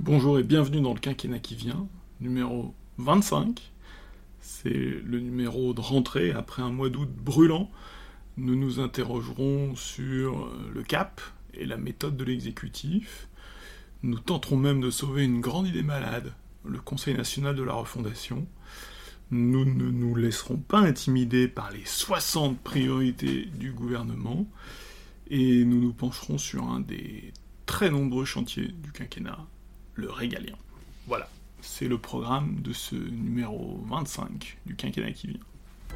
Bonjour et bienvenue dans le quinquennat qui vient, numéro 25. C'est le numéro de rentrée après un mois d'août brûlant. Nous nous interrogerons sur le cap et la méthode de l'exécutif. Nous tenterons même de sauver une grande idée malade, le Conseil national de la refondation. Nous ne nous laisserons pas intimider par les 60 priorités du gouvernement et nous nous pencherons sur un des très nombreux chantiers du quinquennat, le régalien. Voilà, c'est le programme de ce numéro 25 du quinquennat qui vient.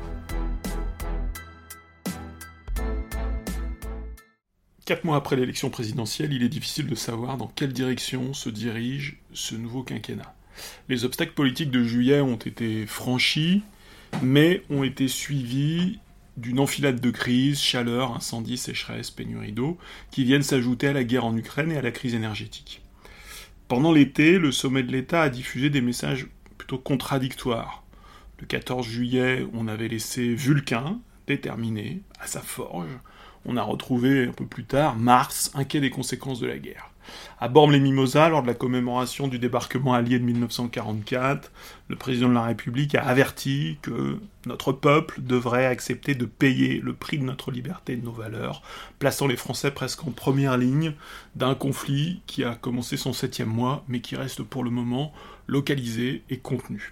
4 mois après l'élection présidentielle, il est difficile de savoir dans quelle direction se dirige ce nouveau quinquennat. Les obstacles politiques de juillet ont été franchis, mais ont été suivis d'une enfilade de crises, chaleur, incendies, sécheresse, pénurie d'eau, qui viennent s'ajouter à la guerre en Ukraine et à la crise énergétique. Pendant l'été, le sommet de l'État a diffusé des messages plutôt contradictoires. Le 14 juillet, on avait laissé Vulcain, déterminé, à sa forge. On a retrouvé un peu plus tard Mars, inquiet des conséquences de la guerre. À Bormes-les-Mimosas, lors de la commémoration du débarquement allié de 1944, le président de la République a averti que notre peuple devrait accepter de payer le prix de notre liberté et de nos valeurs, plaçant les Français presque en première ligne d'un conflit qui a commencé son 7e mois, mais qui reste pour le moment localisé et contenu.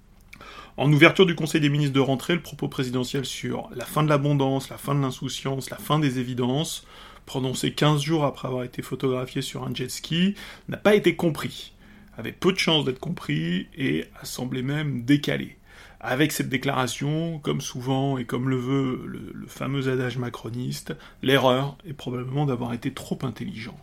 En ouverture du Conseil des ministres de rentrée, le propos présidentiel sur la fin de l'abondance, la fin de l'insouciance, la fin des évidences, prononcé 15 jours après avoir été photographié sur un jet ski, n'a pas été compris, avait peu de chances d'être compris et a semblé même décalé. Avec cette déclaration, comme souvent et comme le veut le fameux adage macroniste, l'erreur est probablement d'avoir été trop intelligent.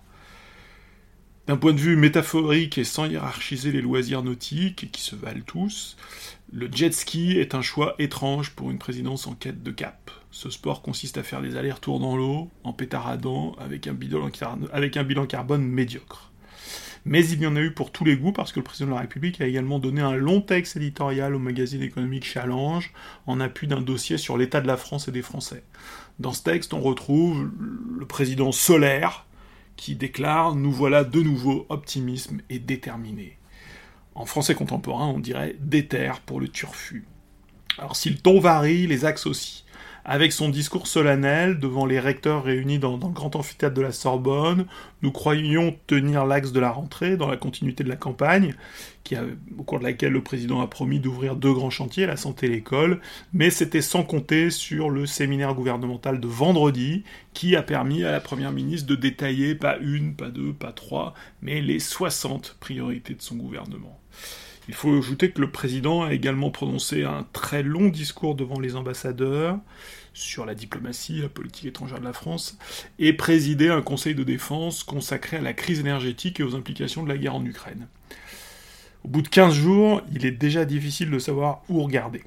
D'un point de vue métaphorique et sans hiérarchiser les loisirs nautiques, qui se valent tous, le jet ski est un choix étrange pour une présidence en quête de cap. Ce sport consiste à faire des allers-retours dans l'eau, en pétaradant, avec un bilan carbone médiocre. Mais il y en a eu pour tous les goûts, parce que le président de la République a également donné un long texte éditorial au magazine économique Challenge, en appui d'un dossier sur l'état de la France et des Français. Dans ce texte, on retrouve le président solaire, qui déclare « Nous voilà de nouveau optimisme et déterminés ». En français contemporain, on dirait « déter » pour le turfu. Alors si le ton varie, les axes aussi. Avec son discours solennel, devant les recteurs réunis dans le grand amphithéâtre de la Sorbonne, nous croyions tenir l'axe de la rentrée, dans la continuité de la campagne, au cours de laquelle le président a promis d'ouvrir 2 grands chantiers, la santé et l'école, mais c'était sans compter sur le séminaire gouvernemental de vendredi, qui a permis à la première ministre de détailler pas 1, pas 2, pas 3, mais les 60 priorités de son gouvernement. Il faut ajouter que le président a également prononcé un très long discours devant les ambassadeurs sur la diplomatie, la politique étrangère de la France, et présidé un conseil de défense consacré à la crise énergétique et aux implications de la guerre en Ukraine. Au bout de 15 jours, il est déjà difficile de savoir où regarder.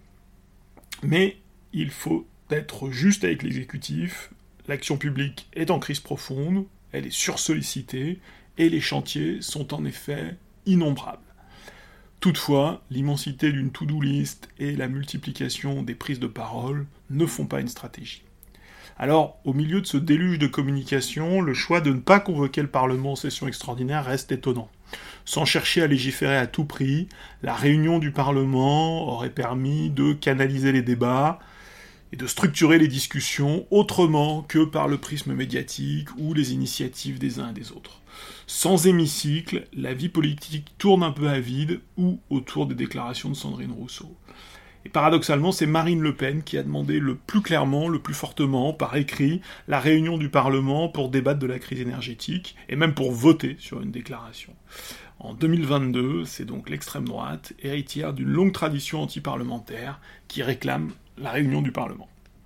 Mais il faut être juste avec l'exécutif, l'action publique est en crise profonde, elle est sursollicitée, et les chantiers sont en effet innombrables. Toutefois, l'immensité d'une to-do list et la multiplication des prises de parole ne font pas une stratégie. Alors, au milieu de ce déluge de communication, le choix de ne pas convoquer le Parlement en session extraordinaire reste étonnant. Sans chercher à légiférer à tout prix, la réunion du Parlement aurait permis de canaliser les débats et de structurer les discussions autrement que par le prisme médiatique ou les initiatives des uns et des autres. Sans hémicycle, la vie politique tourne un peu à vide ou autour des déclarations de Sandrine Rousseau. Et paradoxalement, c'est Marine Le Pen qui a demandé le plus clairement, le plus fortement, par écrit, la réunion du Parlement pour débattre de la crise énergétique, et même pour voter sur une déclaration. En 2022, c'est donc l'extrême droite, héritière d'une longue tradition anti-parlementaire, qui réclame la réunion du Parlement.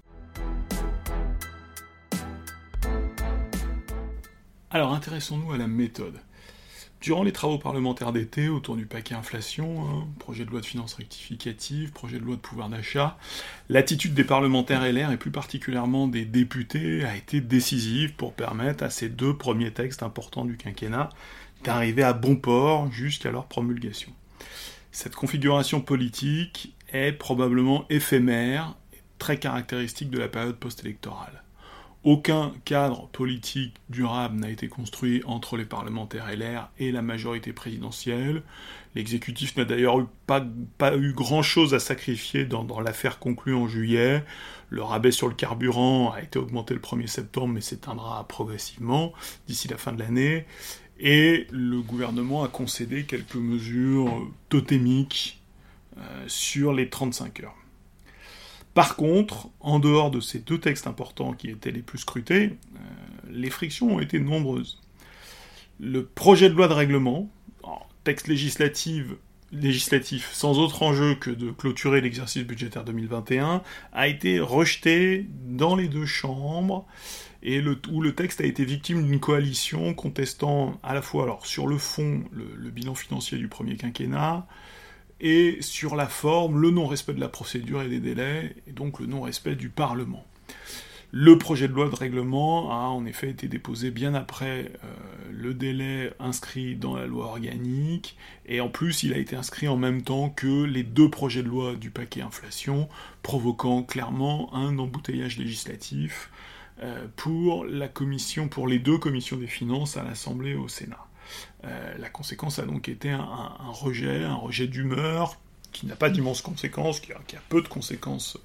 Alors, intéressons-nous à la méthode. Durant les travaux parlementaires d'été, autour du paquet inflation, projet de loi de finances rectificative, projet de loi de pouvoir d'achat, l'attitude des parlementaires LR, et plus particulièrement des députés, a été décisive pour permettre à ces 2 premiers textes importants du quinquennat d'arriver à bon port jusqu'à leur promulgation. Cette configuration politique est probablement éphémère et très caractéristique de la période post-électorale. Aucun cadre politique durable n'a été construit entre les parlementaires LR et la majorité présidentielle. L'exécutif n'a d'ailleurs pas eu grand-chose à sacrifier dans l'affaire conclue en juillet. Le rabais sur le carburant a été augmenté le 1er septembre, mais s'éteindra progressivement d'ici la fin de l'année. Et le gouvernement a concédé quelques mesures totémiques sur les 35 heures. Par contre, en dehors de ces deux textes importants qui étaient les plus scrutés, les frictions ont été nombreuses. Le projet de loi de règlement, texte législatif sans autre enjeu que de clôturer l'exercice budgétaire 2021, a été rejeté dans les deux chambres, et où le texte a été victime d'une coalition contestant à la fois, alors sur le fond, le bilan financier du premier quinquennat, et sur la forme, le non-respect de la procédure et des délais, et donc le non-respect du Parlement. Le projet de loi de règlement a en effet été déposé bien après le délai inscrit dans la loi organique, et en plus il a été inscrit en même temps que les deux projets de loi du paquet inflation, provoquant clairement un embouteillage législatif pour les deux commissions des finances à l'Assemblée et au Sénat. La conséquence a donc été un rejet d'humeur, qui n'a pas d'immenses conséquences, qui a peu de conséquences,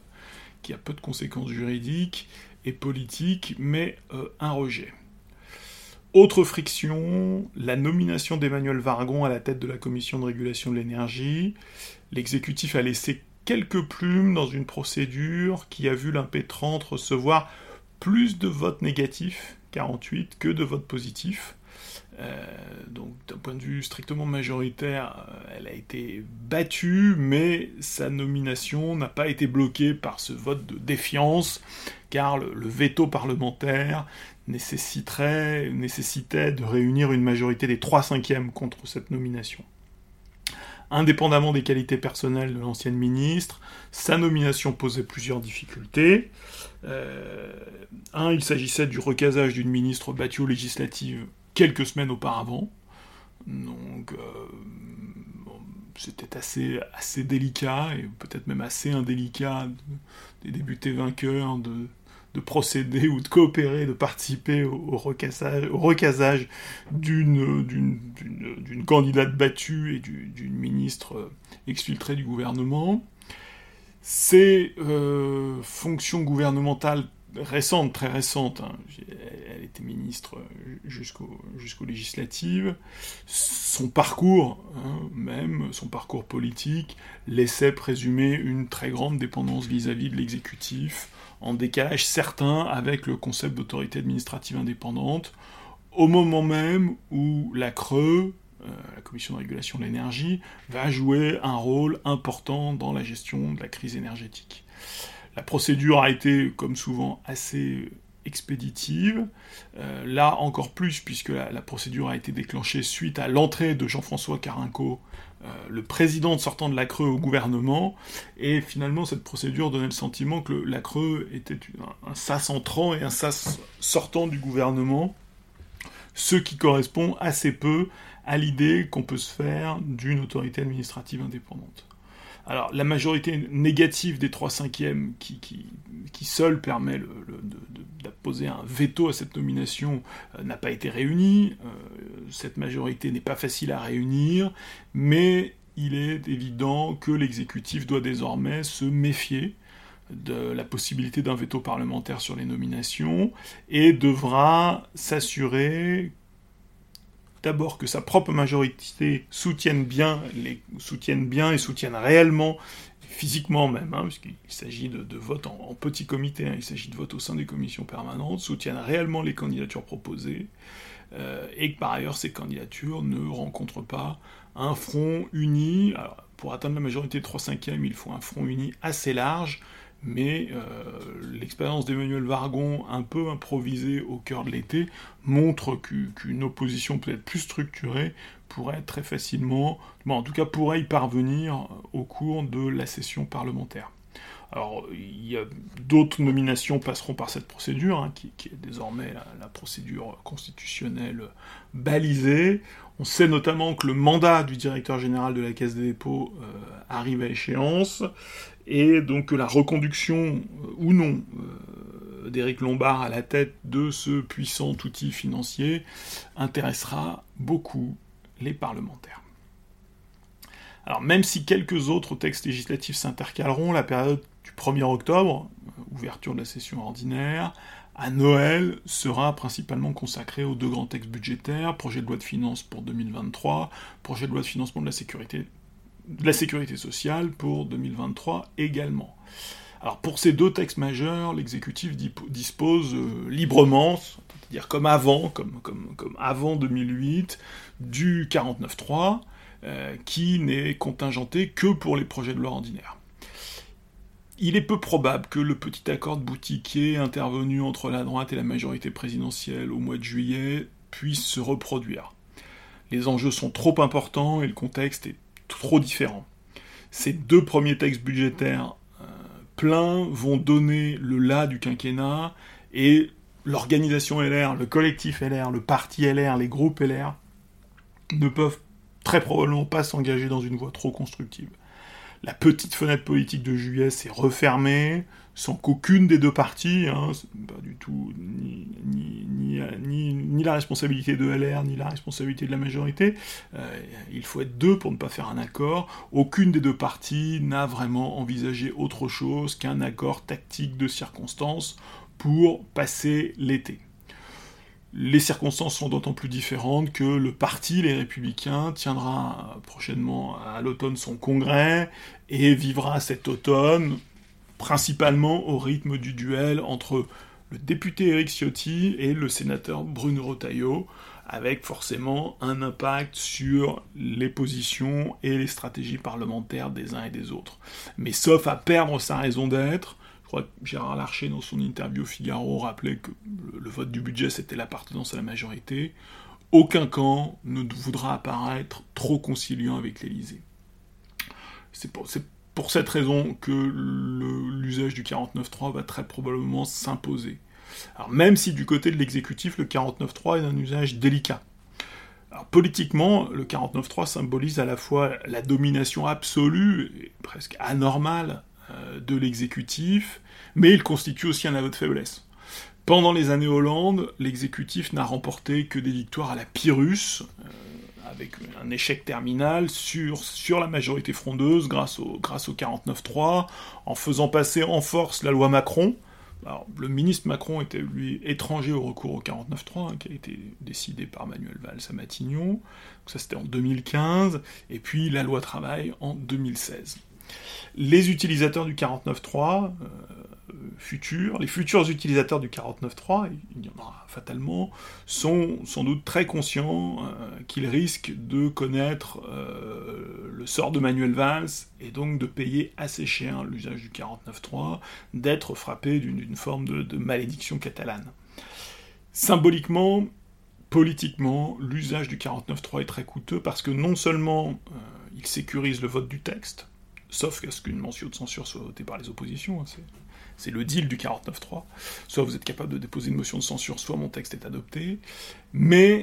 juridiques et politiques, mais un rejet. Autre friction, la nomination d'Emmanuel Wargon à la tête de la Commission de régulation de l'énergie. L'exécutif a laissé quelques plumes dans une procédure qui a vu l'impétrante recevoir plus de votes négatifs, 48, que de votes positifs. Donc d'un point de vue strictement majoritaire, elle a été battue, mais sa nomination n'a pas été bloquée par ce vote de défiance, car le veto parlementaire nécessitait de réunir une majorité des 3/5 contre cette nomination. Indépendamment des qualités personnelles de l'ancienne ministre, sa nomination posait plusieurs difficultés. Il s'agissait du recasage d'une ministre battue aux législatives quelques semaines auparavant. Donc, c'était assez délicat, et peut-être même assez indélicat des députés vainqueurs de procéder ou de coopérer, de participer au recasage d'une candidate battue et d'une ministre exfiltrée du gouvernement. Ces fonctions gouvernementales récente, très récente, elle était ministre jusqu'aux législatives, son parcours, son parcours politique, laissait présumer une très grande dépendance vis-à-vis de l'exécutif, en décalage certain avec le concept d'autorité administrative indépendante, au moment même où la CRE, la Commission de régulation de l'énergie, va jouer un rôle important dans la gestion de la crise énergétique. La procédure a été, comme souvent, assez expéditive. Là, encore plus, puisque la procédure a été déclenchée suite à l'entrée de Jean-François Carenco, le président sortant de la CRE au gouvernement, et finalement, cette procédure donnait le sentiment que la CRE était un sas entrant et un sas sortant du gouvernement, ce qui correspond assez peu à l'idée qu'on peut se faire d'une autorité administrative indépendante. Alors, la majorité négative des 3/5 qui seule permet d'apposer un veto à cette nomination n'a pas été réunie. Cette majorité n'est pas facile à réunir, mais il est évident que l'exécutif doit désormais se méfier de la possibilité d'un veto parlementaire sur les nominations et devra s'assurer d'abord que sa propre majorité soutienne bien et soutienne réellement, physiquement même, puisqu'il s'agit de vote en petit comité, il s'agit de vote au sein des commissions permanentes, soutienne réellement les candidatures proposées, et que par ailleurs ces candidatures ne rencontrent pas un front uni. Alors, pour atteindre la majorité de 3/5, il faut un front uni assez large, mais l'expérience d'Emmanuel Wargon, un peu improvisée au cœur de l'été, montre qu'une opposition peut-être plus structurée pourrait très facilement, en tout cas pourrait y parvenir au cours de la session parlementaire. Alors, d'autres nominations passeront par cette procédure, qui est désormais la procédure constitutionnelle balisée. On sait notamment que le mandat du directeur général de la Caisse des dépôts arrive à échéance, et donc que la reconduction ou non d'Éric Lombard à la tête de ce puissant outil financier intéressera beaucoup les parlementaires. Alors même si quelques autres textes législatifs s'intercaleront, la période du 1er octobre, ouverture de la session ordinaire, à Noël, sera principalement consacrée aux 2 grands textes budgétaires, projet de loi de finances pour 2023, projet de loi de financement de la sécurité sociale pour 2023 également. Alors pour ces 2 textes majeurs, l'exécutif dispose librement, c'est-à-dire comme avant 2008, du 49.3, qui n'est contingenté que pour les projets de loi ordinaires. Il est peu probable que le petit accord de boutiquier intervenu entre la droite et la majorité présidentielle au mois de juillet puisse se reproduire. Les enjeux sont trop importants et le contexte est trop différent. Ces 2 premiers textes budgétaires pleins vont donner le là du quinquennat et l'organisation LR, le collectif LR, le parti LR, les groupes LR ne peuvent très probablement pas s'engager dans une voie trop constructive. La petite fenêtre politique de juillet s'est refermée, sans qu'aucune des 2 parties, c'est pas du tout ni la responsabilité de LR, ni la responsabilité de la majorité, il faut être 2 pour ne pas faire un accord, aucune des 2 parties n'a vraiment envisagé autre chose qu'un accord tactique de circonstances pour passer l'été. Les circonstances sont d'autant plus différentes que le parti, les Républicains, tiendra prochainement à l'automne son congrès et vivra cet automne principalement au rythme du duel entre le député Éric Ciotti et le sénateur Bruno Retailleau, avec forcément un impact sur les positions et les stratégies parlementaires des uns et des autres. Mais sauf à perdre sa raison d'être, je crois que Gérard Larcher, dans son interview au Figaro, rappelait que le vote du budget, c'était l'appartenance à la majorité. Aucun camp ne voudra apparaître trop conciliant avec l'Élysée. C'est pour cette raison que l'usage du 49.3 va très probablement s'imposer. Alors même si du côté de l'exécutif, le 49.3 est un usage délicat. Alors politiquement, le 49.3 symbolise à la fois la domination absolue, et presque anormale, de l'exécutif, mais il constitue aussi un aveu de faiblesse. Pendant les années Hollande, l'exécutif n'a remporté que des victoires à la Pyrrhus, avec un échec terminal sur la majorité frondeuse grâce au 49.3, en faisant passer en force la loi Macron. Alors, le ministre Macron était, lui, étranger au recours au 49.3, qui a été décidé par Manuel Valls à Matignon. Donc ça, c'était en 2015. Et puis, la loi Travail en 2016. Les utilisateurs du 49.3, les futurs utilisateurs du 49.3, il y en aura fatalement, sont sans doute très conscients qu'ils risquent de connaître le sort de Manuel Valls et donc de payer assez cher l'usage du 49.3, d'être frappés d'une forme de malédiction catalane. Symboliquement, politiquement, l'usage du 49.3 est très coûteux parce que non seulement il sécurise le vote du texte, sauf à ce qu'une motion de censure soit votée par les oppositions, c'est le deal du 49.3, soit vous êtes capable de déposer une motion de censure, soit mon texte est adopté, mais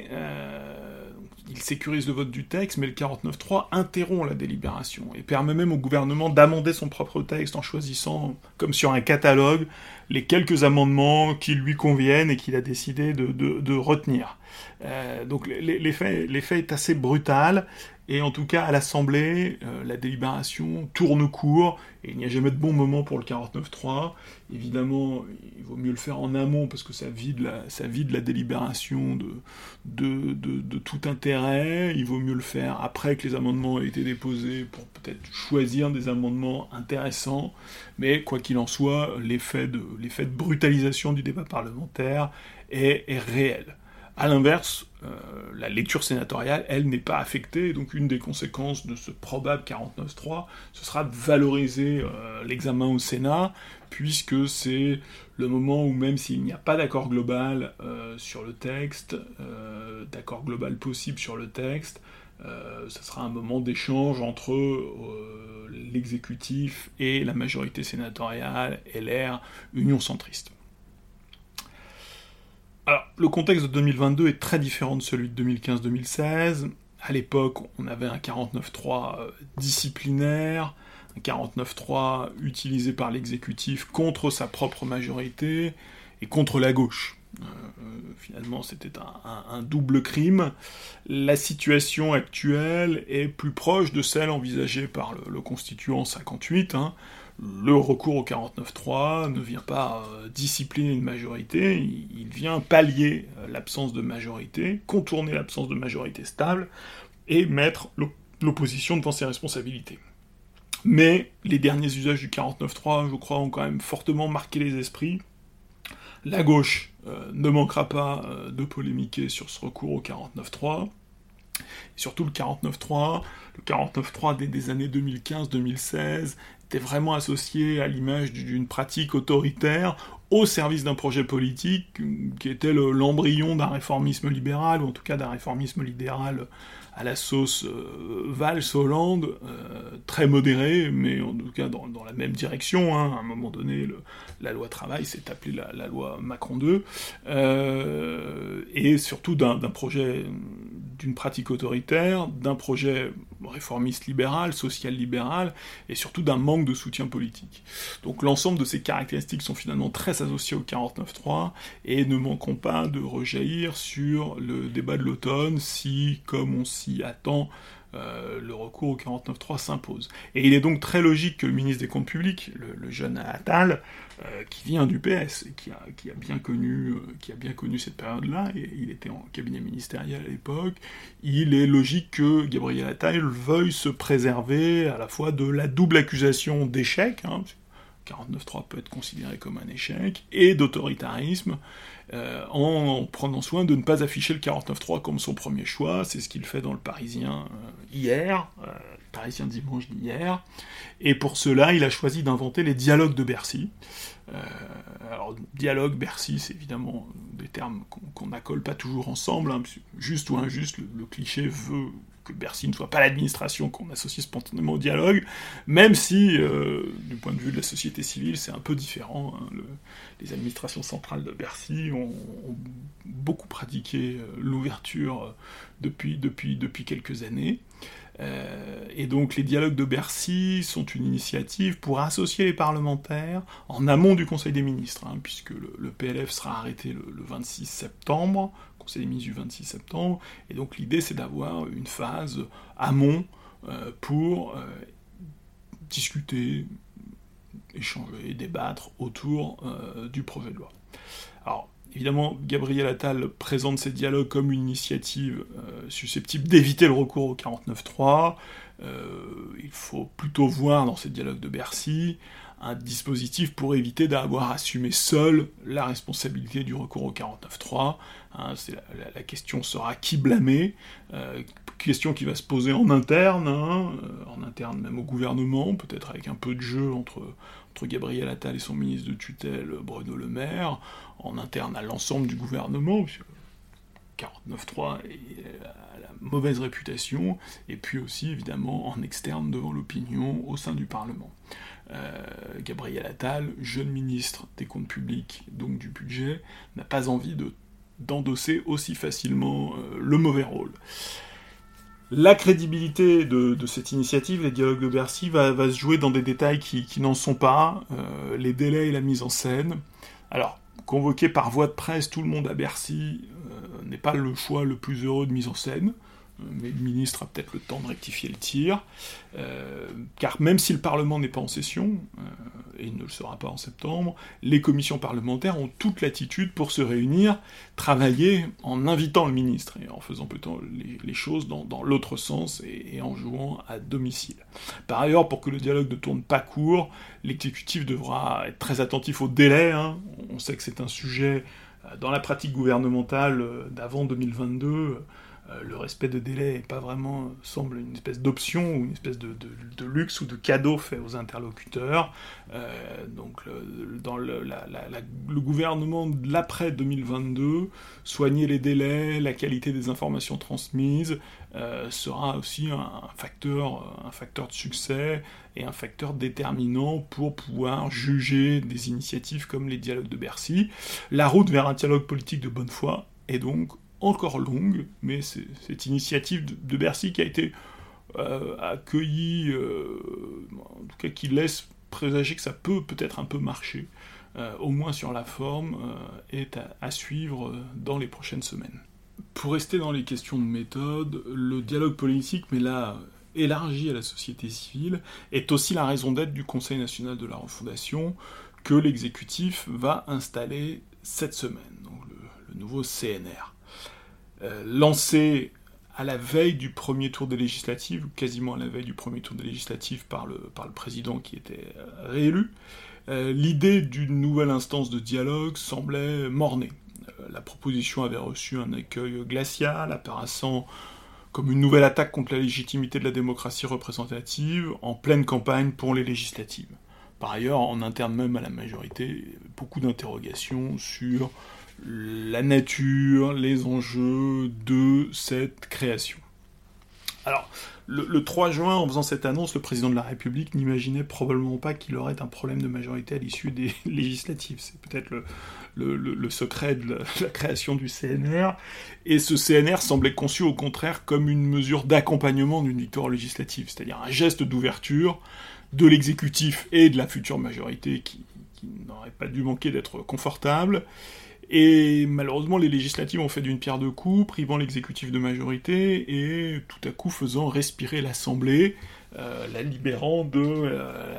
il sécurise le vote du texte, mais le 49.3 interrompt la délibération, et permet même au gouvernement d'amender son propre texte en choisissant, comme sur un catalogue, les quelques amendements qui lui conviennent et qu'il a décidé de retenir. Donc l'effet est assez brutal, et en tout cas, à l'Assemblée, la délibération tourne court, et il n'y a jamais de bon moment pour le 49.3. Évidemment, il vaut mieux le faire en amont, parce que ça vide la délibération de tout intérêt. Il vaut mieux le faire après que les amendements aient été déposés, pour peut-être choisir des amendements intéressants. Mais quoi qu'il en soit, l'effet de brutalisation du débat parlementaire est réel. A l'inverse, la lecture sénatoriale, elle, n'est pas affectée, et donc une des conséquences de ce probable 49.3, ce sera de valoriser l'examen au Sénat, puisque c'est le moment où, même s'il n'y a pas d'accord global sur le texte, d'accord global possible sur le texte, ça sera un moment d'échange entre l'exécutif et la majorité sénatoriale, LR, Union centriste. Alors, le contexte de 2022 est très différent de celui de 2015-2016. À l'époque, on avait un 49.3 disciplinaire, un 49.3 utilisé par l'exécutif contre sa propre majorité, et contre la gauche. Finalement, c'était un double crime. La situation actuelle est plus proche de celle envisagée par le Constituant 58. Le recours au 49.3 ne vient pas discipliner une majorité, il vient pallier l'absence de majorité, contourner l'absence de majorité stable, et mettre l'opposition devant ses responsabilités. Mais les derniers usages du 49.3, je crois, ont quand même fortement marqué les esprits. La gauche ne manquera pas de polémiquer sur ce recours au 49.3. Et surtout le 49.3 des années 2015-2016 était vraiment associé à l'image d'une pratique autoritaire au service d'un projet politique qui était l'embryon d'un réformisme libéral, ou en tout cas d'un réformisme libéral à la sauce Valls-Hollande, très modéré, mais en tout cas dans la même direction. À un moment donné, la loi travail s'est appelée la loi Macron 2, et surtout d'un projet, d'une pratique autoritaire, d'un projet réformiste libéral, social-libéral, et surtout d'un manque de soutien politique. Donc l'ensemble de ces caractéristiques sont finalement très associées au 49.3, et ne manqueront pas de rejaillir sur le débat de l'automne si, comme on s'y attend, le recours au 49.3 s'impose. Et il est donc très logique que le ministre des Comptes Publics, le jeune Attal, qui vient du PS, et qui a bien connu cette période-là, et il était en cabinet ministériel à l'époque, il est logique que Gabriel Attal veuille se préserver à la fois de la double accusation d'échec, 49.3 peut être considéré comme un échec, et d'autoritarisme, en prenant soin de ne pas afficher le 49.3 comme son premier choix. C'est ce qu'il fait dans le Parisien hier, Parisien dimanche d'hier, et pour cela il a choisi d'inventer les dialogues de Bercy. Alors dialogue, Bercy, c'est évidemment des termes qu'on n'accole pas toujours ensemble, juste ou injuste, le cliché veut que Bercy ne soit pas l'administration qu'on associe spontanément au dialogue, même si, du point de vue de la société civile, c'est un peu différent. Les administrations centrales de Bercy ont beaucoup pratiqué l'ouverture depuis quelques années. Et donc les dialogues de Bercy sont une initiative pour associer les parlementaires en amont du Conseil des ministres, puisque le PLF sera arrêté le 26 septembre, Conseil des ministres du 26 septembre, et donc l'idée c'est d'avoir une phase amont pour discuter, échanger, débattre autour du projet de loi. Alors, évidemment, Gabriel Attal présente ces dialogues comme une initiative susceptible d'éviter le recours au 49.3. Il faut plutôt voir dans ces dialogues de Bercy un dispositif pour éviter d'avoir assumé seul la responsabilité du recours au 49.3. La question sera qui blâmer, question qui va se poser en interne même au gouvernement, peut-être avec un peu de jeu entre Gabriel Attal et son ministre de tutelle Bruno Le Maire, en interne à l'ensemble du gouvernement, puisque 49.3 a la mauvaise réputation, et puis aussi évidemment en externe devant l'opinion au sein du Parlement. Gabriel Attal, jeune ministre des Comptes Publics, donc du budget, n'a pas envie d'endosser aussi facilement le mauvais rôle. La crédibilité de cette initiative, les dialogues de Bercy, va se jouer dans des détails qui n'en sont pas, les délais et la mise en scène. Alors, convoquer par voie de presse tout le monde à Bercy n'est pas le choix le plus heureux de mise en scène, mais le ministre a peut-être le temps de rectifier le tir, car même si le Parlement n'est pas en session, et il ne le sera pas en septembre, les commissions parlementaires ont toute latitude pour se réunir, travailler en invitant le ministre, et en faisant plutôt les choses dans l'autre sens, et en jouant à domicile. Par ailleurs, pour que le dialogue ne tourne pas court, l'exécutif devra être très attentif aux délais. On sait que c'est un sujet, dans la pratique gouvernementale d'avant 2022, le respect de délai est pas vraiment, semble une espèce d'option ou une espèce de luxe ou de cadeau fait aux interlocuteurs. Donc dans le gouvernement de l'après 2022, soigner les délais, la qualité des informations transmises sera aussi un facteur de succès et un facteur déterminant pour pouvoir juger des initiatives comme les dialogues de Bercy. La route vers un dialogue politique de bonne foi est donc encore longue, mais cette initiative de Bercy qui a été accueillie, en tout cas qui laisse présager que ça peut-être un peu marcher, au moins sur la forme, est à suivre dans les prochaines semaines. Pour rester dans les questions de méthode, le dialogue politique, mais là élargi à la société civile, est aussi la raison d'être du Conseil national de la refondation que l'exécutif va installer cette semaine, donc le nouveau CNR. Lancé à la veille du premier tour des législatives, ou quasiment à la veille du premier tour des législatives par le président qui était réélu, l'idée d'une nouvelle instance de dialogue semblait mornée. La proposition avait reçu un accueil glacial, apparaissant comme une nouvelle attaque contre la légitimité de la démocratie représentative en pleine campagne pour les législatives. Par ailleurs, en interne même à la majorité, beaucoup d'interrogations sur la nature, les enjeux de cette création. Alors, le 3 juin, en faisant cette annonce, le président de la République n'imaginait probablement pas qu'il aurait un problème de majorité à l'issue des législatives. C'est peut-être le secret de la création du CNR. Et ce CNR semblait conçu au contraire comme une mesure d'accompagnement d'une victoire législative, c'est-à-dire un geste d'ouverture de l'exécutif et de la future majorité qui n'aurait pas dû manquer d'être confortable. Et malheureusement, les législatives ont fait d'une pierre deux coups, privant l'exécutif de majorité et tout à coup faisant respirer l'Assemblée, la libérant de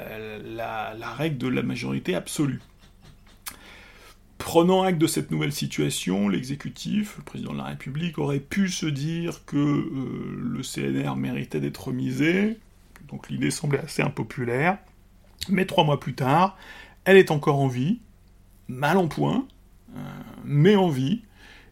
la règle de la majorité absolue. Prenant acte de cette nouvelle situation, l'exécutif, le président de la République, aurait pu se dire que le CNR méritait d'être remisé, donc l'idée semblait assez impopulaire, mais 3 mois plus tard, elle est encore en vie, mal en point, mais en vie,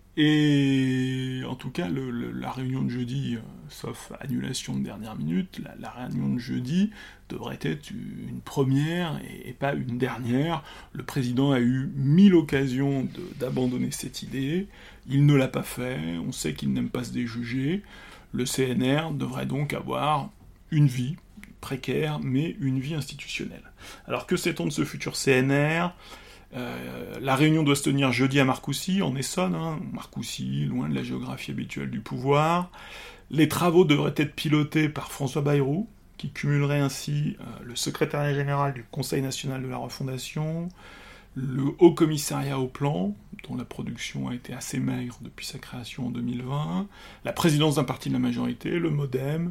et en tout cas la réunion de jeudi, sauf annulation de dernière minute, la réunion de jeudi devrait être une première et pas une dernière. Le président a eu 1000 occasions d'abandonner cette idée, il ne l'a pas fait, on sait qu'il n'aime pas se déjuger, le CNR devrait donc avoir une vie précaire, mais une vie institutionnelle. Alors que sait-on de ce futur CNR ? La réunion doit se tenir jeudi à Marcoussis, en Essonne, Marcoussis, loin de la géographie habituelle du pouvoir. Les travaux devraient être pilotés par François Bayrou, qui cumulerait ainsi le secrétariat général du Conseil national de la refondation, le Haut Commissariat au Plan, dont la production a été assez maigre depuis sa création en 2020, la présidence d'un parti de la majorité, le MoDem,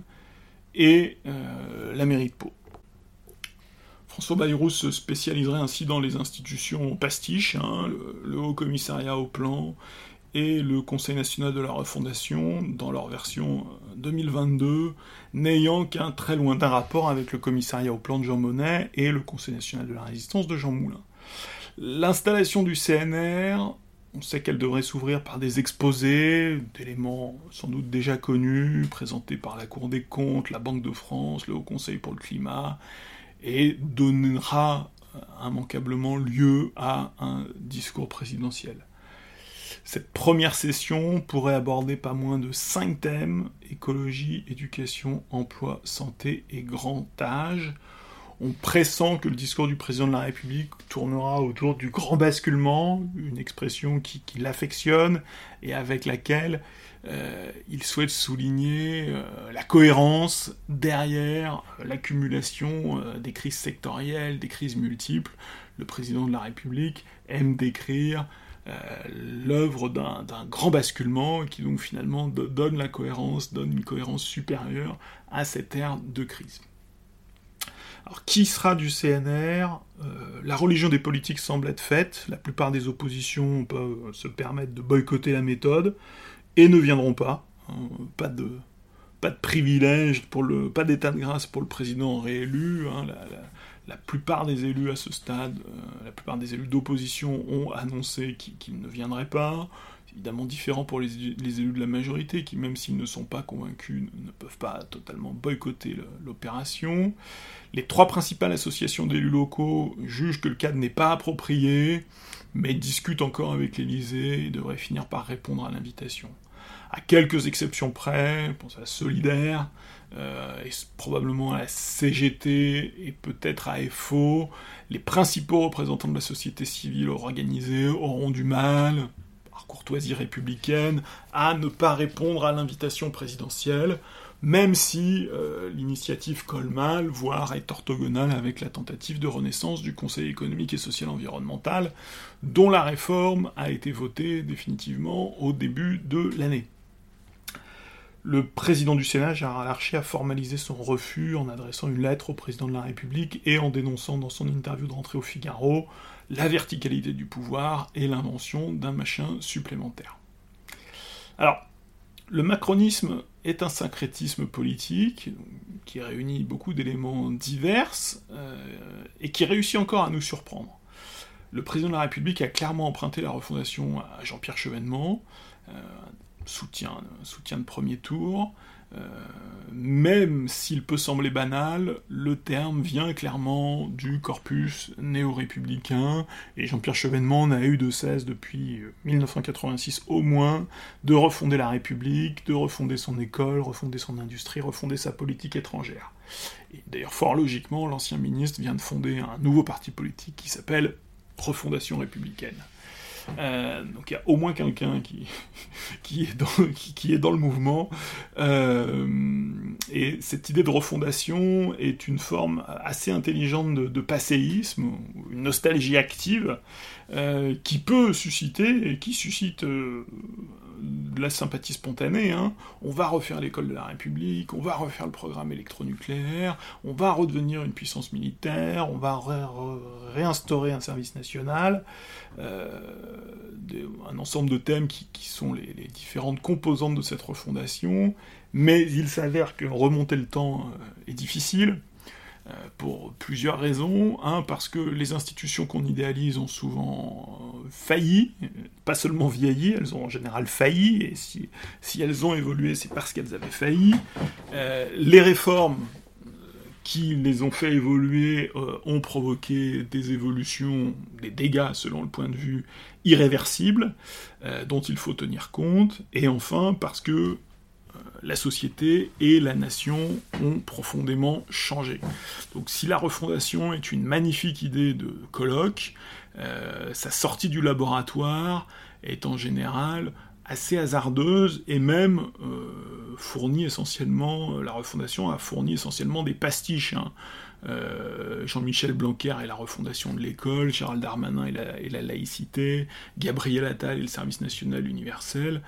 et la mairie de Pau. François Bayrou se spécialiserait ainsi dans les institutions pastiches, le Haut Commissariat au Plan et le Conseil national de la refondation, dans leur version 2022, n'ayant qu'un très lointain rapport avec le Commissariat au Plan de Jean Monnet et le Conseil national de la résistance de Jean Moulin. L'installation du CNR, on sait qu'elle devrait s'ouvrir par des exposés d'éléments sans doute déjà connus, présentés par la Cour des comptes, la Banque de France, le Haut Conseil pour le climat, et donnera immanquablement lieu à un discours présidentiel. Cette première session pourrait aborder pas moins de 5 thèmes: écologie, éducation, emploi, santé et grand âge. On pressent que le discours du président de la République tournera autour du grand basculement, une expression qui l'affectionne et avec laquelle il souhaite souligner la cohérence derrière l'accumulation des crises sectorielles, des crises multiples. Le président de la République aime décrire l'œuvre d'un grand basculement qui donc finalement donne la cohérence, donne une cohérence supérieure à cette ère de crise. Alors, qui sera du CNR ? La religion des politiques semble être faite. La plupart des oppositions peuvent se permettre de boycotter la méthode et ne viendront pas. Pas de privilège, pas d'état de grâce pour le président réélu. La plupart des élus à ce stade, la plupart des élus d'opposition ont annoncé qu'ils ne viendraient pas. C'est évidemment différent pour les élus de la majorité qui, même s'ils ne sont pas convaincus, ne peuvent pas totalement boycotter l'opération. Les 3 principales associations d'élus locaux jugent que le cadre n'est pas approprié, mais discutent encore avec l'Élysée et devraient finir par répondre à l'invitation. À quelques exceptions près, je pense à la Solidaire, et probablement à la CGT et peut-être à FO, les principaux représentants de la société civile organisée auront du mal, par courtoisie républicaine, à ne pas répondre à l'invitation présidentielle, même si l'initiative colle mal, voire est orthogonale avec la tentative de renaissance du Conseil économique et social environnemental, dont la réforme a été votée définitivement au début de l'année. Le président du Sénat, Gérard Larcher, a formalisé son refus en adressant une lettre au président de la République et en dénonçant dans son interview de rentrée au Figaro la verticalité du pouvoir et l'invention d'un machin supplémentaire. Alors, le macronisme est un syncrétisme politique qui réunit beaucoup d'éléments divers et qui réussit encore à nous surprendre. Le président de la République a clairement emprunté la refondation à Jean-Pierre Chevènement, soutien de premier tour, même s'il peut sembler banal, le terme vient clairement du corpus néo-républicain, et Jean-Pierre Chevènement n'a eu de cesse depuis 1986 au moins de refonder la République, de refonder son école, refonder son industrie, refonder sa politique étrangère. Et d'ailleurs, fort logiquement, l'ancien ministre vient de fonder un nouveau parti politique qui s'appelle Refondation républicaine. Donc il y a au moins quelqu'un qui est dans le mouvement, et cette idée de refondation est une forme assez intelligente de passéisme, une nostalgie active, qui peut susciter, et qui suscite de la sympathie spontanée, hein. On va refaire l'école de la République, on va refaire le programme électronucléaire, on va redevenir une puissance militaire, on va réinstaurer un service national, un ensemble de thèmes qui sont les différentes composantes de cette refondation, mais il s'avère que remonter le temps est difficile, pour plusieurs raisons. Parce que les institutions qu'on idéalise ont souvent failli, pas seulement vieilli, elles ont en général failli, et si elles ont évolué, c'est parce qu'elles avaient failli. Les réformes qui les ont fait évoluer ont provoqué des évolutions, des dégâts selon le point de vue irréversibles, dont il faut tenir compte, et enfin parce que la société et la nation ont profondément changé. Donc si la refondation est une magnifique idée de colloque, sa sortie du laboratoire est en général assez hasardeuse, et même la refondation a fourni essentiellement des pastiches, hein. Jean-Michel Blanquer et la refondation de l'école, Gérald Darmanin et la laïcité, Gabriel Attal et le service national universel,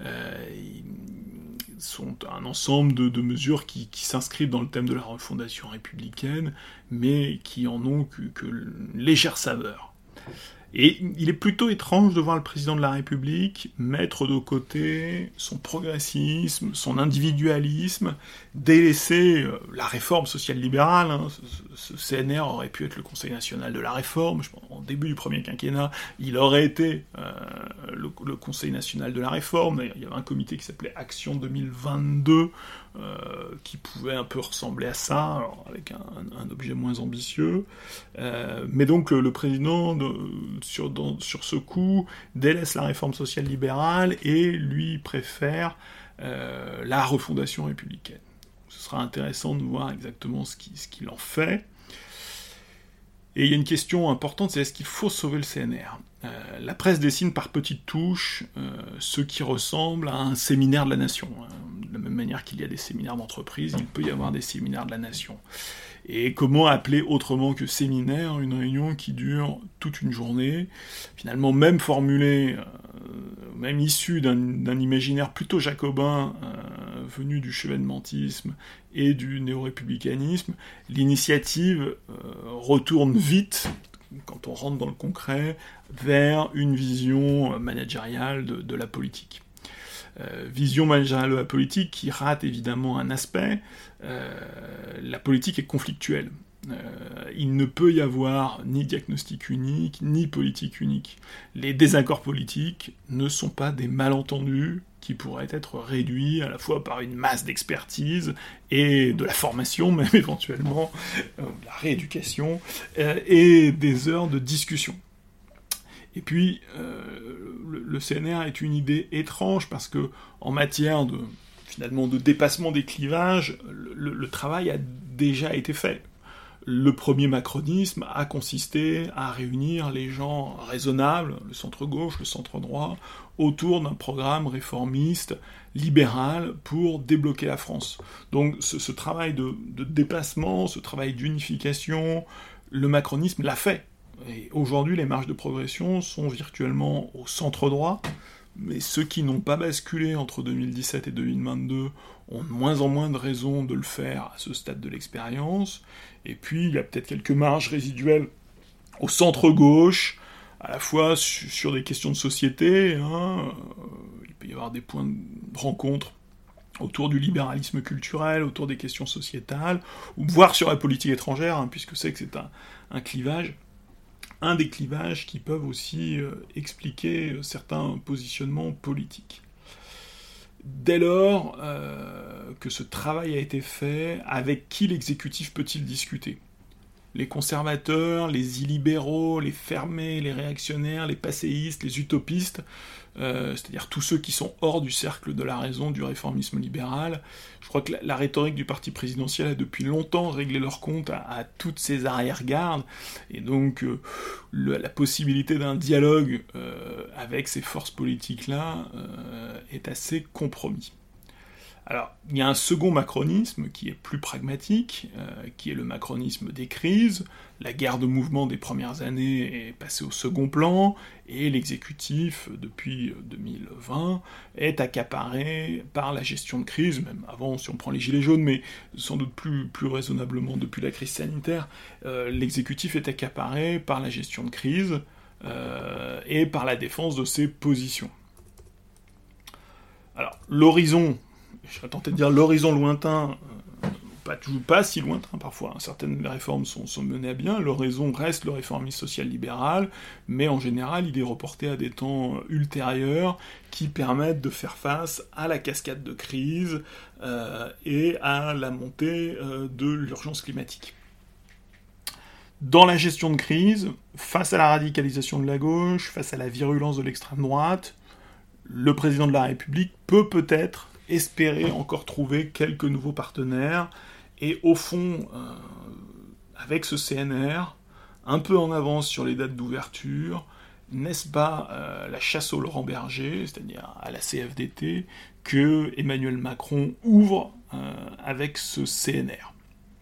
sont un ensemble de mesures qui s'inscrivent dans le thème de la refondation républicaine, mais qui en ont que une légère saveur. Et il est plutôt étrange de voir le président de la République mettre de côté son progressisme, son individualisme, délaisser la réforme sociale-libérale. Hein. Ce CNR aurait pu être le Conseil national de la réforme. Je pense, en début du premier quinquennat, il aurait été le Conseil national de la réforme. Il y avait un comité qui s'appelait Action 2022, qui pouvait un peu ressembler à ça, alors avec un objet moins ambitieux. Mais donc le président, sur ce coup, délaisse la réforme sociale libérale et lui préfère la refondation républicaine. Ce sera intéressant de voir exactement ce qu'il en fait. Et il y a une question importante, c'est est-ce qu'il faut sauver le CNR ? La presse dessine par petites touches ce qui ressemble à un séminaire de la nation. De la même manière qu'il y a des séminaires d'entreprise, il peut y avoir des séminaires de la nation. Et comment appeler autrement que séminaire une réunion qui dure toute une journée, finalement même formulée, même issue d'un imaginaire plutôt jacobin, venu du chevènementisme et du néo-républicanisme. L'initiative retourne vite, quand on rentre dans le concret, vers une vision managériale de la politique. Vision managériale de la politique qui rate évidemment un aspect. La politique est conflictuelle. Il ne peut y avoir ni diagnostic unique, ni politique unique. Les désaccords politiques ne sont pas des malentendus qui pourraient être réduits à la fois par une masse d'expertise et de la formation, même éventuellement, de la rééducation, et des heures de discussion. Et puis, le CNR est une idée étrange parce que, en matière de dépassement des clivages, le travail a déjà été fait. le premier macronisme a consisté à réunir les gens raisonnables, le centre-gauche, le centre-droit, autour d'un programme réformiste, libéral, pour débloquer la France. Donc ce travail de dépassement, ce travail d'unification, le macronisme l'a fait. Et aujourd'hui, les marges de progression sont virtuellement au centre-droit, mais ceux qui n'ont pas basculé entre 2017 et 2022 ont de moins en moins de raisons de le faire à ce stade de l'expérience. Et puis, il y a peut-être quelques marges résiduelles au centre-gauche, à la fois sur des questions de société, il peut y avoir des points de rencontre autour du libéralisme culturel, autour des questions sociétales, ou voire sur la politique étrangère, puisque c'est que c'est un clivage, un des clivages qui peuvent aussi expliquer certains positionnements politiques. Dès lors que ce travail a été fait, avec qui l'exécutif peut-il discuter ? Les conservateurs, les illibéraux, les fermés, les réactionnaires, les passéistes, les utopistes, c'est-à-dire tous ceux qui sont hors du cercle de la raison, du réformisme libéral. Je crois que la rhétorique du parti présidentiel a depuis longtemps réglé leur compte à toutes ces arrière-gardes, et donc la possibilité d'un dialogue avec ces forces politiques-là est assez compromis. Alors, il y a un second macronisme qui est plus pragmatique, qui est le macronisme des crises. La guerre de mouvement des premières années est passée au second plan, et l'exécutif, depuis 2020, est accaparé par la gestion de crise, même avant, si on prend les gilets jaunes, mais sans doute plus raisonnablement depuis la crise sanitaire, l'exécutif est accaparé par la gestion de crise et par la défense de ses positions. Alors, l'horizon, je serais tenté de dire l'horizon lointain, pas si lointain parfois, certaines réformes sont menées à bien, l'horizon reste le réformisme social-libéral, mais en général il est reporté à des temps ultérieurs qui permettent de faire face à la cascade de crise et à la montée de l'urgence climatique. Dans la gestion de crise, face à la radicalisation de la gauche, face à la virulence de l'extrême droite, le président de la République peut-être espérer encore trouver quelques nouveaux partenaires, et au fond, avec ce CNR, un peu en avance sur les dates d'ouverture, n'est-ce pas la chasse au Laurent Berger, c'est-à-dire à la CFDT, que Emmanuel Macron ouvre avec ce CNR.